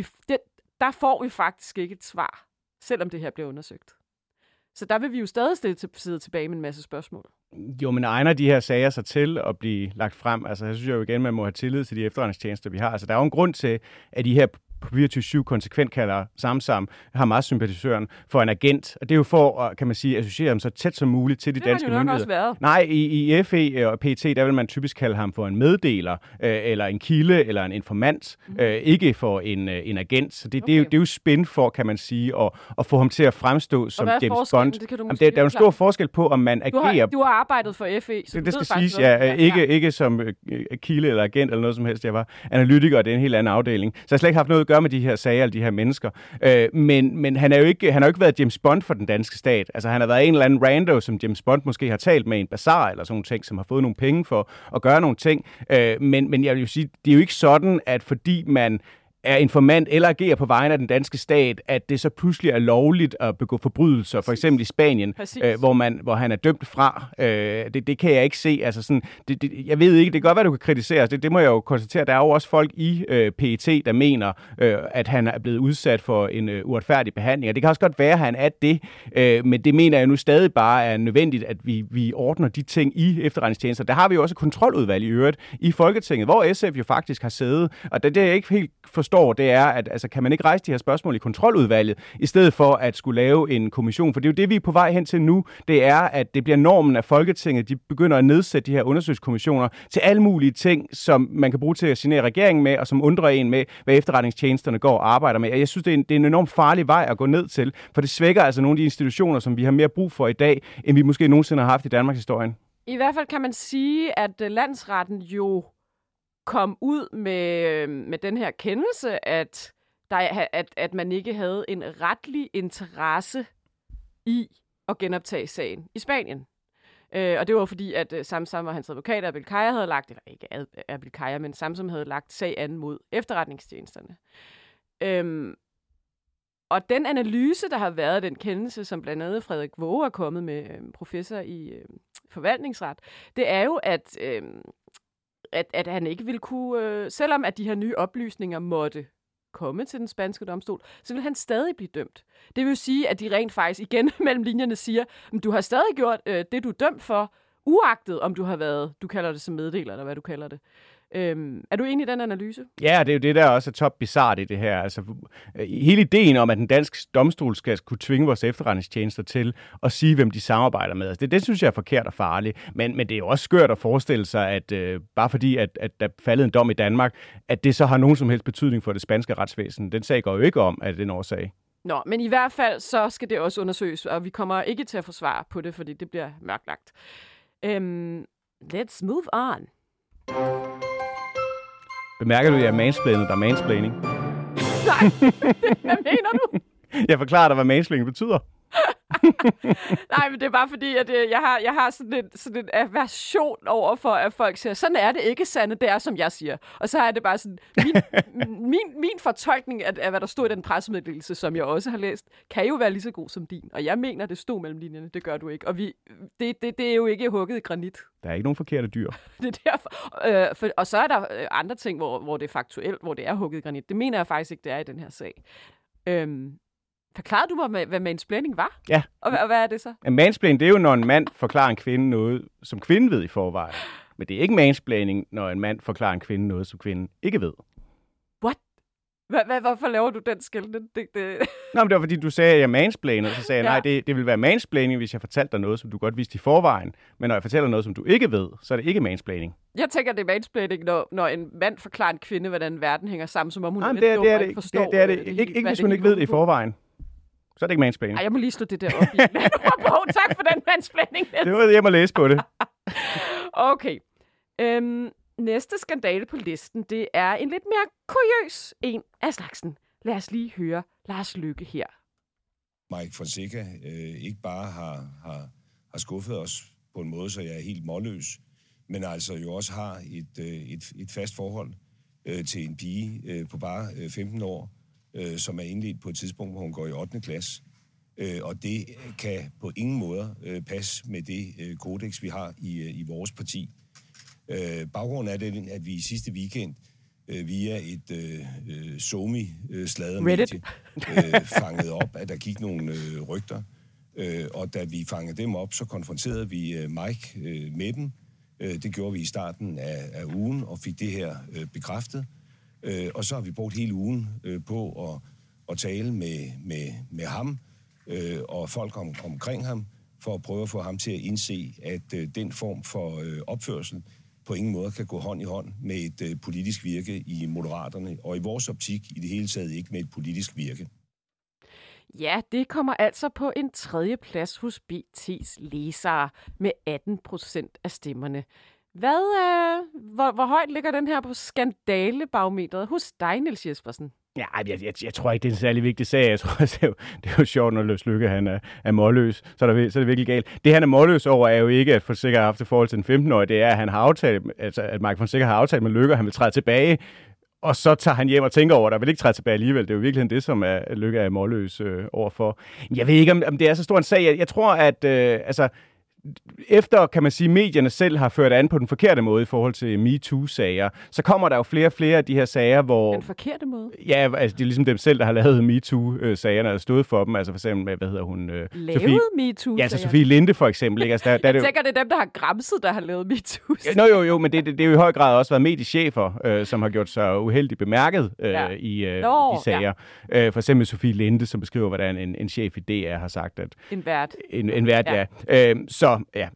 der får vi faktisk ikke et svar, selvom det her bliver undersøgt. Så der vil vi jo stadig sidde tilbage med en masse spørgsmål. Jo, men egner de her sager sig til at blive lagt frem? Altså, jeg synes jo igen, man må have tillid til de efterretningstjenester, vi har. Altså, der er jo en grund til, at de her på 24/7 konsekvent kalder Samsam Hamas-sympatisøren for en agent. Og det er jo for at, kan man sige, associere ham så tæt som muligt til de danske myndigheder. Også været. Nej, i FE og PT, der vil man typisk kalde ham for en meddeler, eller en kilde, eller en informant, ikke for en agent. Så det er jo spin for, kan man sige, at få ham til at fremstå som James Bond. Der er jo en stor forskel på, om man agerer. Du har arbejdet for FE, så det skal siges, ikke som kilde eller agent eller noget som helst. Jeg var analytiker, og det er en helt anden afdeling. Så jeg har slet ikke haft noget at gøre med de her sager, eller de her mennesker. Men han har jo ikke været James Bond for den danske stat. Altså, han har været en eller anden rando, som James Bond måske har talt med en bazar, eller sådan nogle ting, som har fået nogle penge for at gøre nogle ting. Men jeg vil jo sige, det er jo ikke sådan, at fordi man er informant eller agerer på vegne af den danske stat, at det så pludselig er lovligt at begå forbrydelser, for eksempel i Spanien, hvor han er dømt fra. Det kan jeg ikke se. Altså sådan, jeg ved ikke, det kan godt være, du kan kritisere. Det må jeg jo konstatere. Der er jo også folk i PET, der mener, at han er blevet udsat for en uretfærdig behandling. Og det kan også godt være, at han er det. Men det mener jeg nu stadig bare er nødvendigt, at vi ordner de ting i efterretningstjenester. Der har vi jo også et kontroludvalg i øvrigt i Folketinget, hvor SF jo faktisk har siddet. Og det jeg ikke helt forstår, det er, at altså, kan man ikke rejse de her spørgsmål i kontroludvalget, i stedet for at skulle lave en kommission? For det er jo det, vi er på vej hen til nu. Det er, at det bliver normen af Folketinget. De begynder at nedsætte de her undersøgelseskommissioner til alle mulige ting, som man kan bruge til at genere regeringen med, og som undrer en med, hvad efterretningstjenesterne går og arbejder med. Og jeg synes, det er en enormt farlig vej at gå ned til, for det svækker altså nogle af de institutioner, som vi har mere brug for i dag, end vi måske nogensinde har haft i Danmarks historien. I hvert fald kan man sige, at landsretten jo kom ud med den her kendelse, at man ikke havde en retlig interesse i at genoptage sagen i Spanien. Og det var fordi, at Samsam og hans advokat Abel Kaya havde lagt, eller ikke Abel Kaya, men Samsam havde lagt sag an mod efterretningstjenesterne. Og den analyse, der har været, den kendelse, som blandt andet Frederik Waage er kommet med, professor i forvaltningsret, det er jo, at han ikke ville kunne, selvom at de her nye oplysninger måtte komme til den spanske domstol, så vil han stadig blive dømt. Det vil sige, at de rent faktisk igen mellem linjerne siger, at du har stadig gjort det, du er dømt for, uagtet om du har været, du kalder det som meddeler, eller hvad du kalder det. Er du enig i den analyse? Ja, det er jo det, der også er top bizarrt i det her. Altså, hele ideen om, at den danske domstol skal kunne tvinge vores efterretningstjenester til at sige, hvem de samarbejder med. Altså, det synes jeg er forkert og farligt. Men det er jo også skørt at forestille sig, at bare fordi, at der faldet en dom i Danmark, at det så har nogen som helst betydning for det spanske retsvæsen. Den sag går jo ikke om, at den årsag. Nå, men i hvert fald så skal det også undersøges, og vi kommer ikke til at få svar på det, fordi det bliver mørklagt. Let's move on. Bemærker du, at jeg er mansplainet, der er mansplaining? Nej, hvad mener du? Jeg forklarer dig, hvad mansplaining betyder. Nej, men det er bare fordi, at jeg har sådan en aversion over for, at folk siger, sådan er det ikke, Sanne, det er, som jeg siger. Og så er det bare sådan, min fortolkning af, hvad der stod i den pressemeddelelse, som jeg også har læst, kan jo være lige så god som din. Og jeg mener, det stod mellem linjerne, det gør du ikke. Og det er jo ikke hugget i granit. Der er ikke nogen forkerte dyr. Det er derfor. Og så er der andre ting, hvor det er faktuelt, hvor det er hugget i granit. Det mener jeg faktisk ikke, det er i den her sag. Forklarede du mig, hvad mansplaining var? Ja. Og hvad er det så? Mansplaining, det er jo, når en mand forklarer en kvinde noget, som kvinden ved i forvejen. Men det er ikke mansplaining, når en mand forklarer en kvinde noget, som kvinden ikke ved. What? Hvorfor laver du den skelnen? Nå, men det var fordi, du sagde, at jeg mansplainede, så sagde jeg, nej, det vil være mansplaining, hvis jeg fortalte dig noget, som du godt vidste i forvejen. Men når jeg fortæller noget, som du ikke ved, så er det ikke mansplaining. Jeg tænker, det er mansplaining, når en mand forklarer en kvinde, hvordan verden hænger sammen, som om hun det er forstår. Det er det. Ikke hvis hun ikke ved det i forvejen. Så er det ikke mansplaining. Ej, jeg må lige slå det der op i. Tak for den mansplaining. Det var jeg må læse på det. Okay. Næste skandale på listen, det er en lidt mere kuriøs en af slagsen. Lad os lige høre Lars Løkke her. Mike Fonseca ikke bare har skuffet os på en måde, så jeg er helt målløs, men altså jo også har et fast forhold til en pige på bare 15 år, som er indledt på et tidspunkt, hvor hun går i 8. klasse. Og det kan på ingen måde passe med det kodex, vi har i vores parti. Baggrunden er det, at vi i sidste weekend via et SoMe-sladdermedie fangede op, at der gik nogle rygter. Og da vi fangede dem op, så konfronterede vi Mike med dem. Det gjorde vi i starten af ugen og fik det her bekræftet. Og så har vi brugt hele ugen på at tale med ham og folk omkring ham, for at prøve at få ham til at indse, at den form for opførsel på ingen måde kan gå hånd i hånd med et politisk virke i Moderaterne, og i vores optik i det hele taget ikke med et politisk virke. Ja, det kommer altså på en 3. plads hos BT's læsere med 18% af stemmerne. Hvor højt ligger den her på skandalebarometeret hos dig, Niels Jespersen? Ja, jeg tror ikke, det er en særlig vigtig sag. Jeg tror også, det er jo sjovt, når Lars Løkke han er målløs, så er det virkelig galt. Det, han er målløs over, er jo ikke, at Fonseca har haft det forhold til en 15-årig. Det er, at han har aftalt, altså at Mike Fonseca har aftalt med Løkke, at han vil træde tilbage, og så tager han hjem og tænker over, at der vil ikke træde tilbage alligevel. Det er jo virkelig det, som Løkke er målløs overfor. Jeg ved ikke, om det er så stor en sag. Jeg tror, at efter, kan man sige, medierne selv har ført an på den forkerte måde i forhold til MeToo-sager, så kommer der jo flere og flere af de her sager, hvor... Den forkerte måde? Ja, altså det er ligesom dem selv, der har lavet MeToo-sagerne og stået for dem. Altså for eksempel, hvad hedder hun? Lavet MeToo-sager? Ja, så Sofie Linde for eksempel. Ikke? Altså, jeg tænker, det er dem, der har gramset, der har lavet MeToo-sager. Ja, jo, men det er jo i høj grad også været mediechefer, som har gjort sig uheldigt bemærket i de sager. Ja. For eksempel Sofie Linde, som beskriver, hvordan en chef i DR har sagt, at... En vært. En vært, ja. Så ja,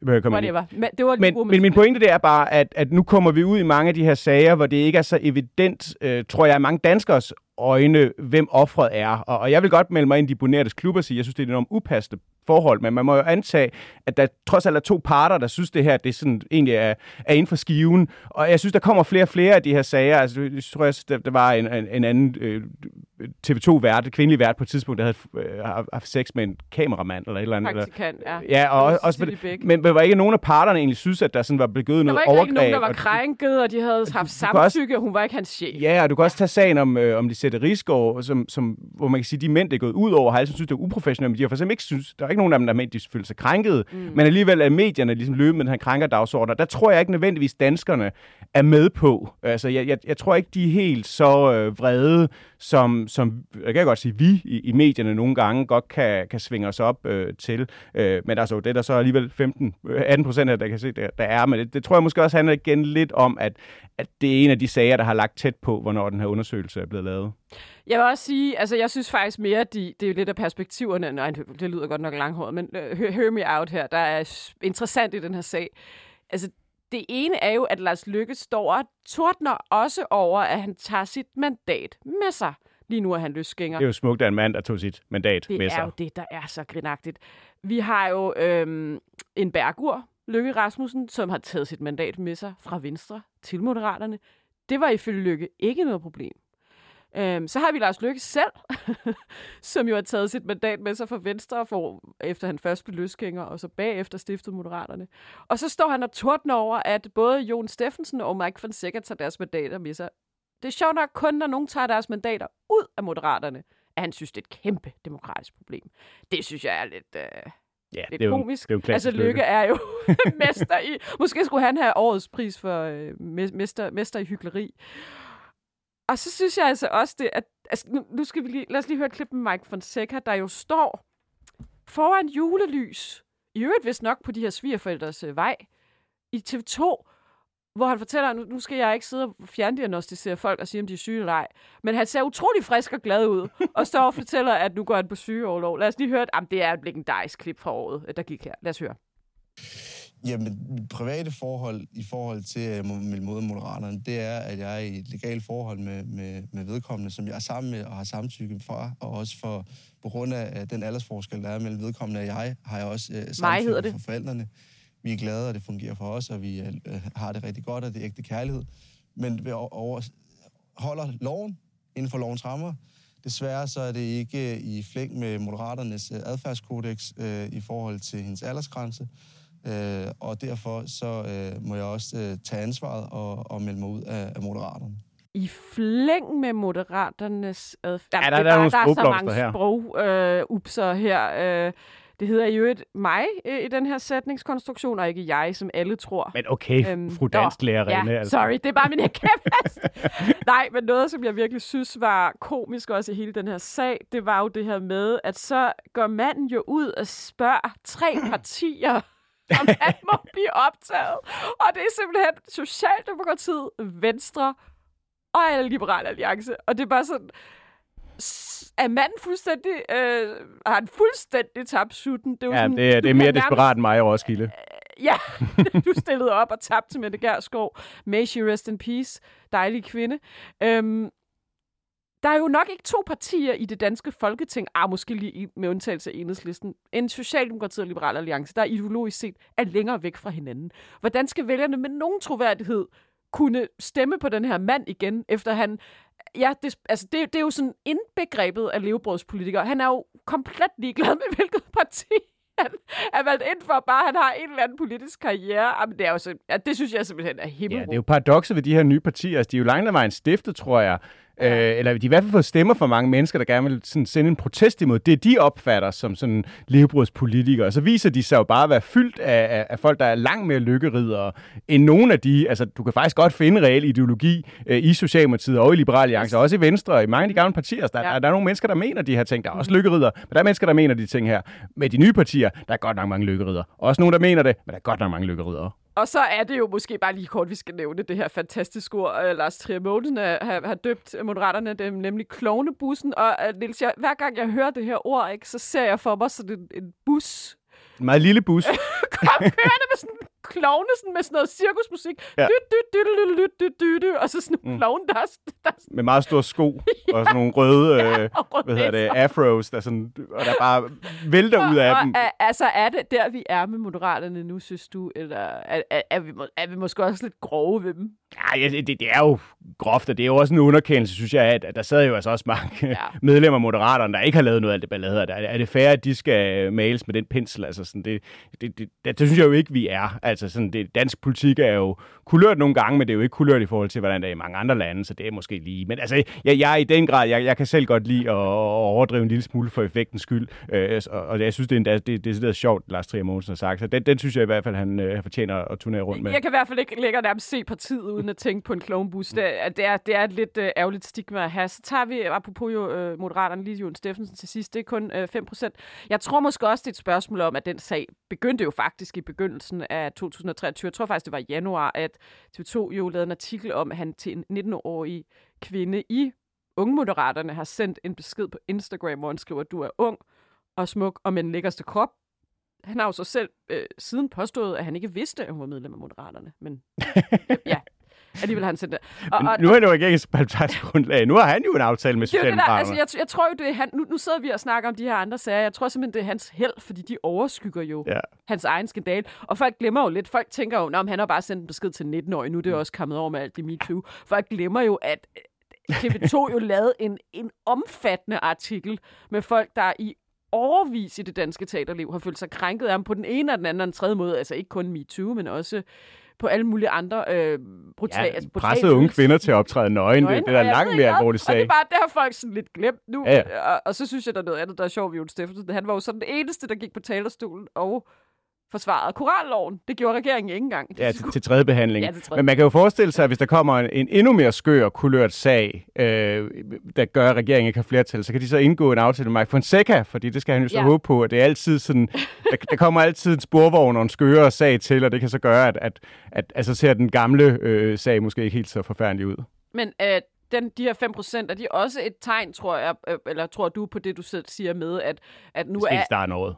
men min pointe det er bare, at nu kommer vi ud i mange af de her sager, hvor det ikke er så evident, tror jeg, mange danskers øjne, hvem offret er. Og jeg vil godt melde mig ind i de Bonertes klub og sige, jeg synes, det er et enormt upassende forhold, men man må jo antage, at der trods alt er 2 parter, der synes det her, det sådan, egentlig er inden for skiven. Og jeg synes, der kommer flere og flere af de her sager. Altså, jeg tror også, der var en anden TV2-vært, kvindelig vært på et tidspunkt, der havde haft sex med en kameramand eller et eller andet. Praktikant, ja. Ja, og også, men var ikke nogen af parterne egentlig synes, at der sådan var begået noget overgreb? Der var ikke nogen, der var krænket, og de havde haft samtykke, og hun var ikke hans chef. Ja, og du kan også tage sagen om Lisette Risgaard, hvor man kan sige, de mænd, der er gået ud over, har altid synes, det er uprofessionelt, men de har for eksempel ikke synes, der er ikke nogen af dem, der mente, de følte sig krænket, men alligevel er medierne ligesom løbet med den her krænkerdagsorden. Der tror jeg ikke nødvendigvis, danskerne er med på. Altså, jeg tror ikke, de er helt så vrede, som jeg kan godt sige, vi i medierne nogle gange godt kan svinge os op til. Men altså, det er der så alligevel 18% af, der kan se, der er. Men det tror jeg måske også handler igen lidt om, at det er en af de sager, der har lagt tæt på, hvornår den her undersøgelse er blevet lavet. Jeg vil også sige, altså jeg synes faktisk mere, det er jo lidt af perspektiverne. Nej, det lyder godt nok langhåret, men hear me out her. Der er interessant i den her sag. Altså, det ene er jo, at Lars Løkke står og tordner også over, at han tager sit mandat med sig. Lige nu er han løsgænger. Det er jo smukt af en mand, der tog sit mandat med sig. Det er jo det, der er så grinagtigt. Vi har jo en Bergur, Løkke Rasmussen, som har taget sit mandat med sig fra Venstre til Moderaterne. Det var ifølge Løkke ikke noget problem. Så har vi Lars Løkke selv, som jo har taget sit mandat med sig fra Venstre, efter han først blev løsgænger, og så bagefter stiftede Moderaterne. Og så står han og tordner over, at både Jon Steffensen og Mike Fonseca tager deres mandater med sig. Det er sjovt nok kun, når nogen tager deres mandater ud af Moderaterne, at han synes, det er et kæmpe demokratisk problem. Det synes jeg er lidt... lidt komisk. Altså, Løkke er jo mester i... Måske skulle han have årets pris for mester i hykleri. Og så synes jeg altså også det, at... Altså, nu skal vi lad os lige høre et klip med Mike Fonseca, der jo står foran julelys, i øvrigt vist nok på de her svigerforældres vej, i TV2, hvor han fortæller, nu skal jeg ikke sidde og fjerndiagnostisere folk og sige, om de er syge eller ej. Men han ser utrolig frisk og glad ud, og står og fortæller, at nu går han på sygeoverlov. Lad os lige høre, det er et legendarisk klip fra året, der gik her. Lad os høre. Jamen, private forhold i forhold til mod Moderaterne, det er, at jeg er i et legalt forhold med vedkommende, som jeg er sammen med og har samtykke fra, og også på grund af den aldersforskel, der er mellem vedkommende og jeg, har jeg også samtykke for forældrene. Vi er glade, og det fungerer for os, og vi har det rigtig godt, og det er ægte kærlighed. Men vi holder loven inden for lovens rammer. Desværre så er det ikke i flæng med Moderaternes adfærdskodex i forhold til hendes aldersgrænse. Og derfor så må jeg også tage ansvaret og melde mig ud af Moderaterne. I flæng med Moderaternes adfærd. Ja, der er så mange sprogupser her. Det hedder jo et mig i den her sætningskonstruktion, og ikke jeg, som alle tror. Men okay, fru dansklærerinde. Ja, sorry, det er bare min kæphest. Nej, men noget, som jeg virkelig synes var komisk også i hele den her sag, det var jo det her med, at så går manden jo ud og spørger 3 partier, om han må blive optaget. Og det er simpelthen Socialdemokratiet, Venstre og Liberal Alliance. Og det er bare sådan... Er manden fuldstændig... har han fuldstændig tabt sutten? Det er, det er mere desperat end mig i Roskilde. Ja, du stillede op og tabte til Mette Gjerskov. May she rest in peace. Dejlig kvinde. Der er jo nok ikke 2 partier i det danske Folketing, måske lige med undtagelse af Enhedslisten, en Socialdemokratiet og Liberal Alliance, der ideologisk set er længere væk fra hinanden. Hvordan skal vælgerne med nogen troværdighed kunne stemme på den her mand igen, efter han... Ja, det er jo sådan indbegrebet af levebrødspolitikere. Han er jo komplet ligeglad med, hvilket parti han er valgt ind for, bare han har en eller anden politisk karriere. Jamen, det er jo det synes jeg simpelthen er himmelråb. Ja, det er jo paradokset ved de her nye partier. Altså, de er jo langt ad vejen stiftet, tror jeg. Eller de i hvert fald fået stemmer fra mange mennesker, der gerne vil sådan sende en protest imod det, de opfatter som sådan levebrødspolitikere. Og så viser de sig jo bare at være fyldt af folk, der er langt mere lykkeriddere end nogen af de. Altså, du kan faktisk godt finde reel ideologi i Socialdemokratiet og i Liberal Alliance, og også i Venstre og i mange af de gamle partier. Der er nogle mennesker, der mener de her ting. Der er også lykkeriddere, men der er mennesker, der mener de ting her. Med de nye partier, der er godt nok mange lykkeriddere. Også nogen, der mener det, men der er godt nok mange lykkeriddere. Og så er det jo måske bare lige kort, vi skal nævne det her fantastiske ord, Lars Trier Mogensen har døbt Moderaterne, det er nemlig klovnebussen. Og Niels, hver gang jeg hører det her ord, ikke, så ser jeg for mig sådan en bus. En meget lille bus. Kørende med sådan en klovne, sådan med sådan noget cirkusmusik. Ja. Og så sådan en klovne, der med meget store sko og sådan nogle røde, afros, der sådan, og der bare vælter ud af dem. Altså, er det der, vi er med Moderaterne nu, synes du? Eller er vi måske også lidt grove ved dem? Ja, det er jo groft, og det er jo også en underkendelse, synes jeg, at der sad jo altså også mange medlemmer af Moderaterne, der ikke har lavet noget af det ballade. Er det fair, at de skal males med den pensel? Altså, sådan, det synes jeg jo ikke, vi er. Altså, sådan, dansk politik er jo kulørt nogle gange, men det er jo ikke kulørt i forhold til, hvordan det er i mange andre lande, så det er måske lige. Men altså, jeg er i den grad, jeg kan selv godt lide at overdrive en lille smule for effektens skyld, og jeg synes, det er sjovt, Lars Trier Mogensen har sagt. Så den synes jeg i hvert fald, han fortjener at turnere rundt med. Jeg kan i hvert fald ikke længere nærmest se partiet uden at tænke på en klovnebus. Det er et lidt ærgerligt stigma at have. Så tager vi, apropos Moderaterne, lige Jon Steffensen til sidst, det er kun 5%. Jeg tror måske også, det er et spørgsmål om, at den sag begyndte jo faktisk i begyndelsen af 2023. Jeg tror faktisk, det var i januar, at TV2 jo lavede en artikel om, at han til en 19-årig kvinde i Unge Moderaterne har sendt en besked på Instagram, hvor han skriver, at du er ung og smuk og med den lækkerste krop. Han har jo så selv siden påstået, at han ikke vidste, at hun var medlem af Moderaterne. Men ja, alligevel har han sendt det. Nu er det jo regeringens parlamentariske grundlag. Nu har han jo en aftale med Socialdemokraterne. Altså, jeg tror jo, det er han. Nu sidder vi og snakker om de her andre sager. Jeg tror simpelthen, det er hans held, fordi de overskygger jo hans egen skandal. Og folk glemmer jo lidt. Folk tænker jo, at han har bare sendt en besked til 19-årige. Nu er det jo også kommet over med alt det MeToo. Folk glemmer jo, at TV2 jo lavet en omfattende artikel med folk, der i overvis i det danske teaterliv har følt sig krænket af ham på den ene og den anden og den tredje måde. Altså ikke kun MeToo, men også på alle mulige andre brutale... Ja, pressede unge kvinder til at optræde nøgen. Det er langt mere alvorligt sag. Og det er bare, det har folk sådan lidt glemt nu. Ja. Og så synes jeg, der er noget andet, der er sjovt ved Jon Steffensen. Han var jo sådan den eneste, der gik på talerstolen og forsvarede koralloven. Det gjorde regeringen ikke engang. Ja, til tredje behandling. Ja, til tredje. Men man kan jo forestille sig, at hvis der kommer en endnu mere skør kulørt sag, der gør, at regeringen ikke har flertal, så kan de så indgå en aftale med Mike Fonseca, fordi det skal han jo så håbe på, at det er altid sådan, der kommer altid en sporvogn og en skøre sag til, og det kan så gøre, at altså ser den gamle sag måske ikke helt så forfærdelig ud. Men de her 5%, er de også et tegn, tror jeg, eller tror du på det, du selv siger med, at nu er... Der er noget.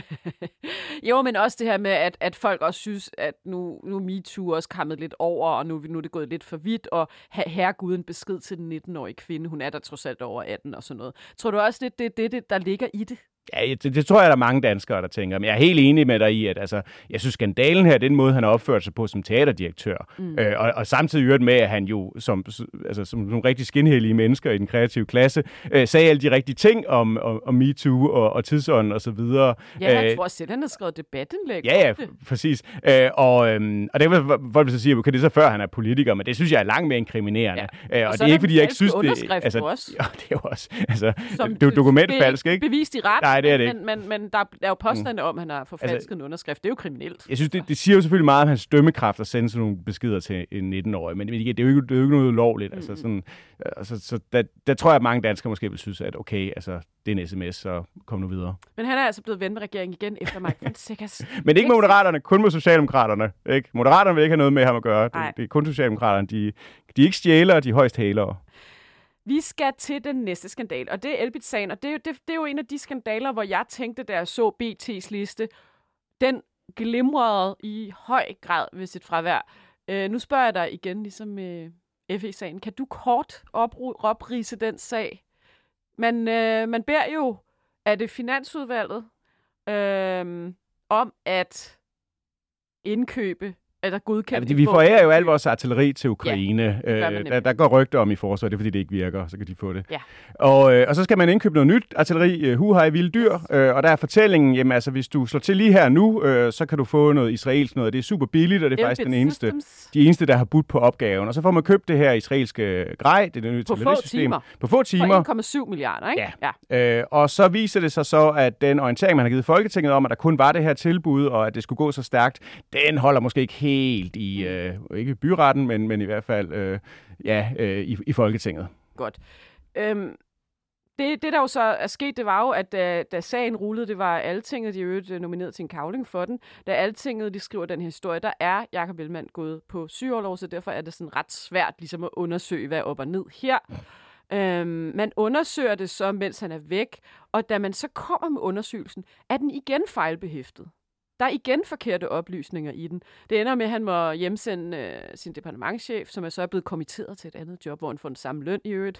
Jo, men også det her med, at folk også synes, at nu er MeToo også kommet lidt over, og nu er det gået lidt for vidt, og herregud en besked til den 19-årige kvinde, hun er der trods alt over 18 og sådan noget. Tror du også, det er det, der ligger i det? Ja, det tror jeg, der er mange danskere, der tænker. Men jeg er helt enig med dig i, at altså, jeg synes, skandalen her er den måde, han har opført sig på som teaterdirektør. Og samtidig med, at han jo som nogle rigtig skinhellige mennesker i den kreative klasse, sagde alle de rigtige ting om MeToo og tidsånden og så videre. Ja, jeg tror selv, han har skrevet debatindlæg. Ja, præcis. Og det vil folk så sige, at det er så før, han er politiker, men det synes jeg er langt mere inkriminerende. Ja. Og det er ikke, fordi jeg ikke synes, det altså, også. Ja, det er jo også. Altså, det er jo dokumentfalsk, ikke? Bevist i ret. Nej, det er det ikke. Men der er jo påstande om, at han har forfalsket en underskrift. Det er jo kriminelt. Jeg synes, det siger jo selvfølgelig meget om hans dømmekraft at sende sådan nogle beskeder til en 19-årig, men det er jo ikke noget ulovligt. Altså, sådan, så der tror jeg, at mange danskere måske vil synes, at okay, altså, det er en sms, så kom nu videre. Men han er altså blevet ven med regeringen igen efter Mike Fonsecas. Men ikke med Moderaterne, kun med Socialdemokraterne. Ikke? Moderaterne vil ikke have noget med ham at gøre. Det er kun Socialdemokraterne. De er ikke stjælere, de er højst hælere. Vi skal til den næste skandal, og det er Elbit-sagen, og det er jo en af de skandaler, hvor jeg tænkte, da jeg så BT's liste, den glimrede i høj grad ved sit fravær. Nu spørger jeg dig igen, ligesom FE-sagen. Kan du kort oprise den sag? Man beder jo af det Finansudvalget om at indkøbe eller godkendt. Ja, vi forærer jo al vores artilleri til Ukraine. Ja, der går rygter om i forsvaret, det er fordi det ikke virker, så kan de få det. Ja. Og så skal man indkøbe noget nyt artilleri, huhej vilde dyr, og der er fortællingen, jamen altså hvis du slår til lige her nu, så kan du få noget israelsk noget, det er super billigt, og det er faktisk de eneste, der har budt på opgaven. Og så får man købt det her israelske grej, det er det nye artillerisystem. På få timer. For 1,7 milliarder, ikke? Ja. Og så viser det sig så, at den orientering, man har givet Folketinget om, at der kun var det her tilbud, og at det skulle gå så stærkt, den holder måske ikke helt i, ikke i byretten, men i hvert fald i Folketinget. Godt. Det, der jo så er sket, det var jo, at da sagen rullede, det var Altinget, de øvrigt nomineret til en kavling for den. Da Altinget, de skriver den historie, der er Jakob Ellemann gået på sygeorlov, så derfor er det sådan ret svært ligesom at undersøge, hvad er op og ned her. Man undersøger det så, mens han er væk, og da man så kommer med undersøgelsen, er den igen fejlbehæftet. Der er igen forkerte oplysninger i den. Det ender med, at han må hjemsende sin departementschef, som er så blevet kommitteret til et andet job, hvor han får den samme løn i øvrigt.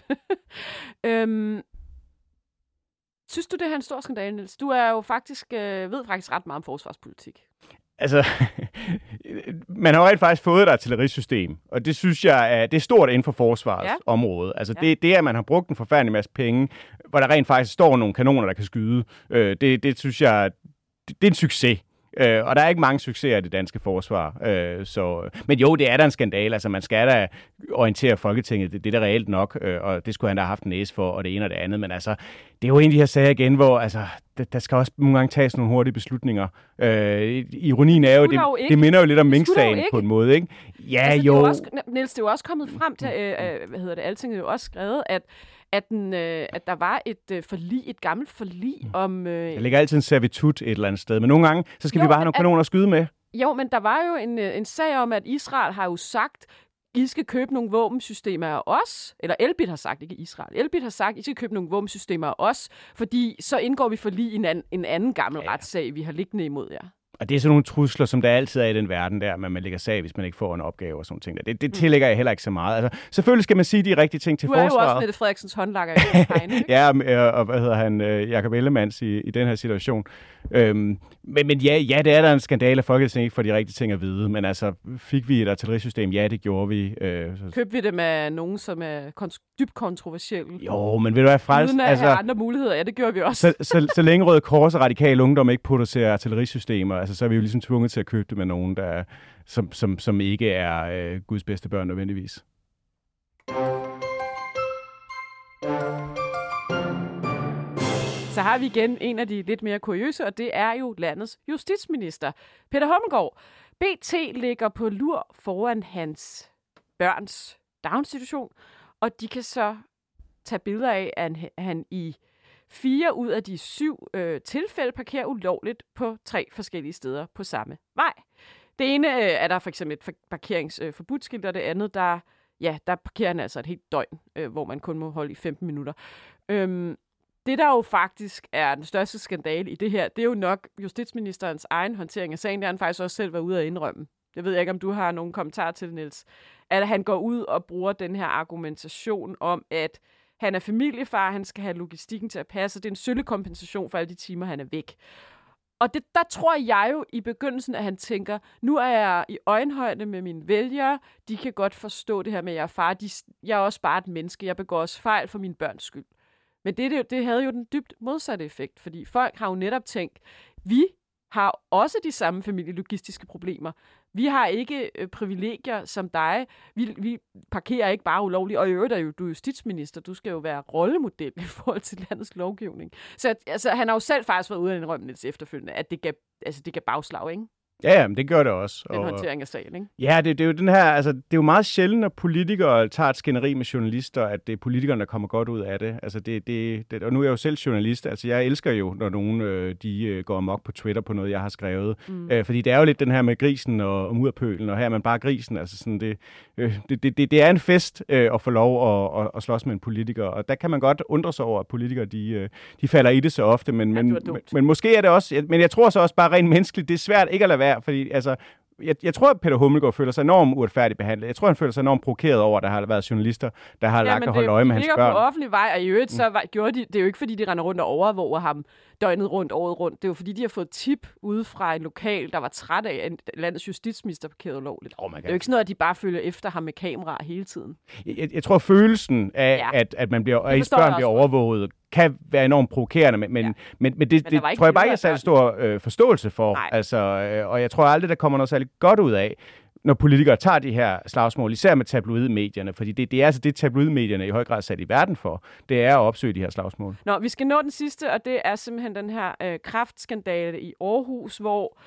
Synes du, det er en stor skandale, Niels? Du er jo faktisk, ved faktisk ret meget om forsvarspolitik. Altså, man har jo rent faktisk fået et artillerisystem, og det synes jeg det er stort inden for forsvarets område. Altså det, at man har brugt en forfærdelig masse penge, hvor der rent faktisk står nogle kanoner, der kan skyde, det synes jeg, det er en succes. Og der er ikke mange succeser i det danske forsvar. Men jo, det er da en skandale. Altså, man skal da orientere Folketinget. Det er da reelt nok, og det skulle han da have haft en næse for, og det ene og det andet. Men altså, det er jo en af de her sager igen, hvor altså, der skal også nogle gange tages nogle hurtige beslutninger. Ironien er jo, det minder jo lidt om Mink-sagen på en måde, ikke? Ja, altså, jo. Niels, det er jo også kommet frem til, Altinget jo også skrevet, at der var et gammelt forlig om... Der ligger altid en servitut et eller andet sted, men nogle gange, så skal vi bare have nogle kanoner at skyde med. Jo, men der var jo en sag om, at Israel har jo sagt, I skal købe nogle våbensystemer af os, eller Elbit har sagt, ikke Israel. Elbit har sagt, I skal købe nogle våbensystemer af os, fordi så indgår vi forlig i en anden gammel retssag, vi har liggende imod jer. Og det er sådan nogle trusler, som der altid er i den verden der, man lægger sag, hvis man ikke får en opgave og sådan ting der. Det tillægger jeg heller ikke så meget. Altså, selvfølgelig skal man sige de rigtige ting til forsvaret. Du er jo også Mette Frederiksens håndlanger i Heine, ikke? Ja, og hvad hedder han, Jakob Ellemann i den her situation. Men ja, det er der en skandale, at Folketinget ikke får de rigtige ting at vide. Men altså, fik vi et artillerisystem? Ja, det gjorde vi. Købte vi det med nogen, som er dybt kontroversielle? Jo, men vil du være frelst? Uden at have andre muligheder, ja, det gjorde vi også. Så længe Røde Kors og Radikal Ungdom ikke producerer artillerisystemer, altså, så er vi jo ligesom tvunget til at købe det med nogen, der, som ikke er Guds bedste børn nødvendigvis. Så har vi igen en af de lidt mere kuriøse, og det er jo landets justitsminister, Peter Hummelgaard. BT ligger på lur foran hans børns daginstitution, og de kan så tage billeder af, at han i 4 ud af de 7 tilfælde parkerer ulovligt på 3 forskellige steder på samme vej. Det ene er der for eksempel et parkeringsforbudsskilt, og det andet, der parkerer han altså et helt døgn, hvor man kun må holde i 15 minutter. Det, der jo faktisk er den største skandale i det her, det er jo nok justitsministerens egen håndtering af sagen. Det har han faktisk også selv været ude at indrømme. Det ved jeg ikke, om du har nogen kommentar til, Niels. At han går ud og bruger den her argumentation om, at han er familiefar, han skal have logistikken til at passe. Det er en sølle kompensation for alle de timer, han er væk. Og der tror jeg jo i begyndelsen, at han tænker, nu er jeg i øjenhøjde med mine vælgere, de kan godt forstå det her med, at jeg er far. Jeg er også bare et menneske, jeg begår også fejl for mine børns skyld. Men det havde jo den dybt modsatte effekt, fordi folk har jo netop tænkt, vi har også de samme familielogistiske problemer. Vi har ikke privilegier som dig. Vi parkerer ikke bare ulovligt. Og i øvrigt er jo du justitsminister. Du skal jo være rollemodel i forhold til landets lovgivning. Så altså, han har jo selv faktisk været ude af en rømmelse efterfølgende, at det gav bagslag, ikke? Ja, men det gør det også. Den håndtering af sagen, ikke? Ja, det er jo den her, altså, det er jo meget sjældent, når politikere tager et skænderi med journalister, at det er politikerne, der kommer godt ud af det. Altså, og nu er jeg jo selv journalist, altså jeg elsker jo, når nogen de går amok på Twitter på noget, jeg har skrevet. Fordi det er jo lidt den her med grisen og mudderpølen, og her er man bare grisen. Altså sådan, det er en fest at få lov at slås med en politiker, og der kan man godt undre sig over, at politikere de falder i det så ofte, men måske er det også, men jeg tror så også bare rent menneskeligt, det er svært ikke at lade være, fordi altså, jeg tror, at Peter Hummelgaard føler sig enormt uretfærdigt behandlet. Jeg tror, han føler sig enormt provokeret over, at der har været journalister, der har lagt og holdt øje med hans børn. Ja, men det ligger på offentlig vej, og i øvrigt så gjorde de, det er jo ikke, fordi de render rundt og overvåger ham døgnet rundt, året rundt. Det er jo, fordi de har fået tip ude fra en lokal, der var træt af, at landets justitsminister parkerede ulovligt. Det er jo ikke sådan noget, at de bare følger efter ham med kameraer hele tiden. Jeg tror, følelsen af, at man bliver, at ens børn bliver overvåget, kan være enormt provokerende, men det tror jeg bare ikke er særlig stor forståelse for. Altså, og jeg tror aldrig, der kommer noget særligt godt ud af, når politikere tager de her slagsmål, især med tabloidmedierne, fordi det er altså det, tabloidmedierne i høj grad sat i verden for, det er at opsøge de her slagsmål. Nå, vi skal nå den sidste, og det er simpelthen den her kræftskandale i Aarhus, hvor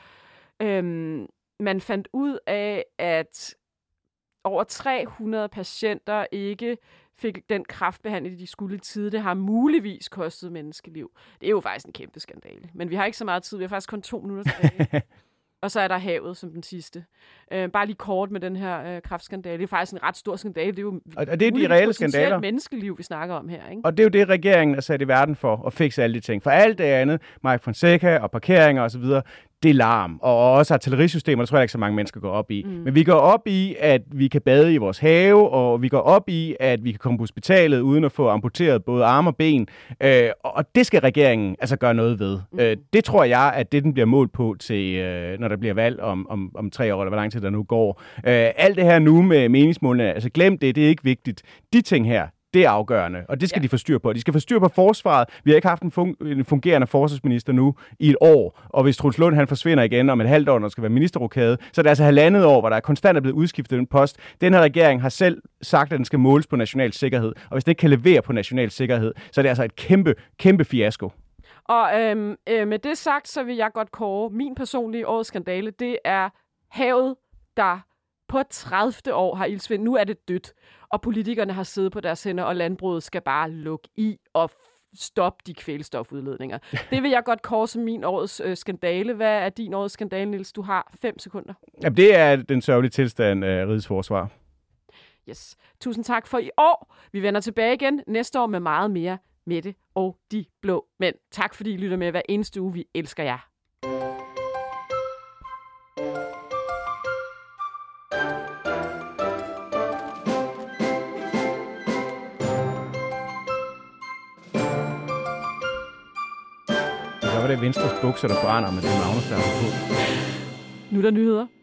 man fandt ud af, at over 300 patienter ikke fik den kræftbehandling, de skulle i tide. Det har muligvis kostet menneskeliv. Det er jo faktisk en kæmpe skandale. Men vi har ikke så meget tid. Vi har faktisk kun 2 minutter tilbage. Og så er der havet som den sidste. Bare lige kort med den her kræftskandale. Det er faktisk en ret stor skandale. Det er jo og det er de reelle skandaler. Menneskeliv, vi snakker om her, ikke? Og det er jo det, regeringen er sat i verden for, at fikse alle de ting. For alt det andet, Mike Fonseca og parkeringer osv., det er larm. Og også artillerisystemer, der tror jeg ikke så mange mennesker går op i. Men vi går op i, at vi kan bade i vores have, og vi går op i, at vi kan komme på hospitalet uden at få amputeret både arme og ben. Og det skal regeringen altså gøre noget ved. Det tror jeg, at det den bliver målt på til, når der bliver valg om 3 år, eller hvor lang tid der nu går. Alt det her nu med meningsmålene, altså glem det, det er ikke vigtigt. De ting her, det er afgørende, og det skal de få styr på. De skal få styr på forsvaret. Vi har ikke haft en fungerende forsvarsminister nu i et år, og hvis Truls Lund han forsvinder igen om et halvt år, når der skal være ministerrokade, så er det altså 1,5 år, hvor der konstant er blevet udskiftet den post. Den her regering har selv sagt, at den skal måles på national sikkerhed, og hvis den ikke kan levere på national sikkerhed, så er det altså et kæmpe, kæmpe fiasko. Og med det sagt, så vil jeg godt kåre min personlige årets skandale. Det er havet, der på 30. år har ildsvind. Nu er det dødt, og politikerne har siddet på deres hænder, og landbruget skal bare lukke i og stoppe de kvælstofudledninger. Det vil jeg godt kåre som min årets skandale. Hvad er din årets skandale, Niels? Du har 5 sekunder. Jamen, det er den sørgelige tilstand af rigets forsvar. Yes. Tusind tak for i år. Vi vender tilbage igen næste år med meget mere Mette og de blå mænd. Tak fordi I lytter med hver eneste uge. Vi elsker jer. Så var det Venstres bukser, der forandrer med det Magnus, der på. Nu er der nyheder.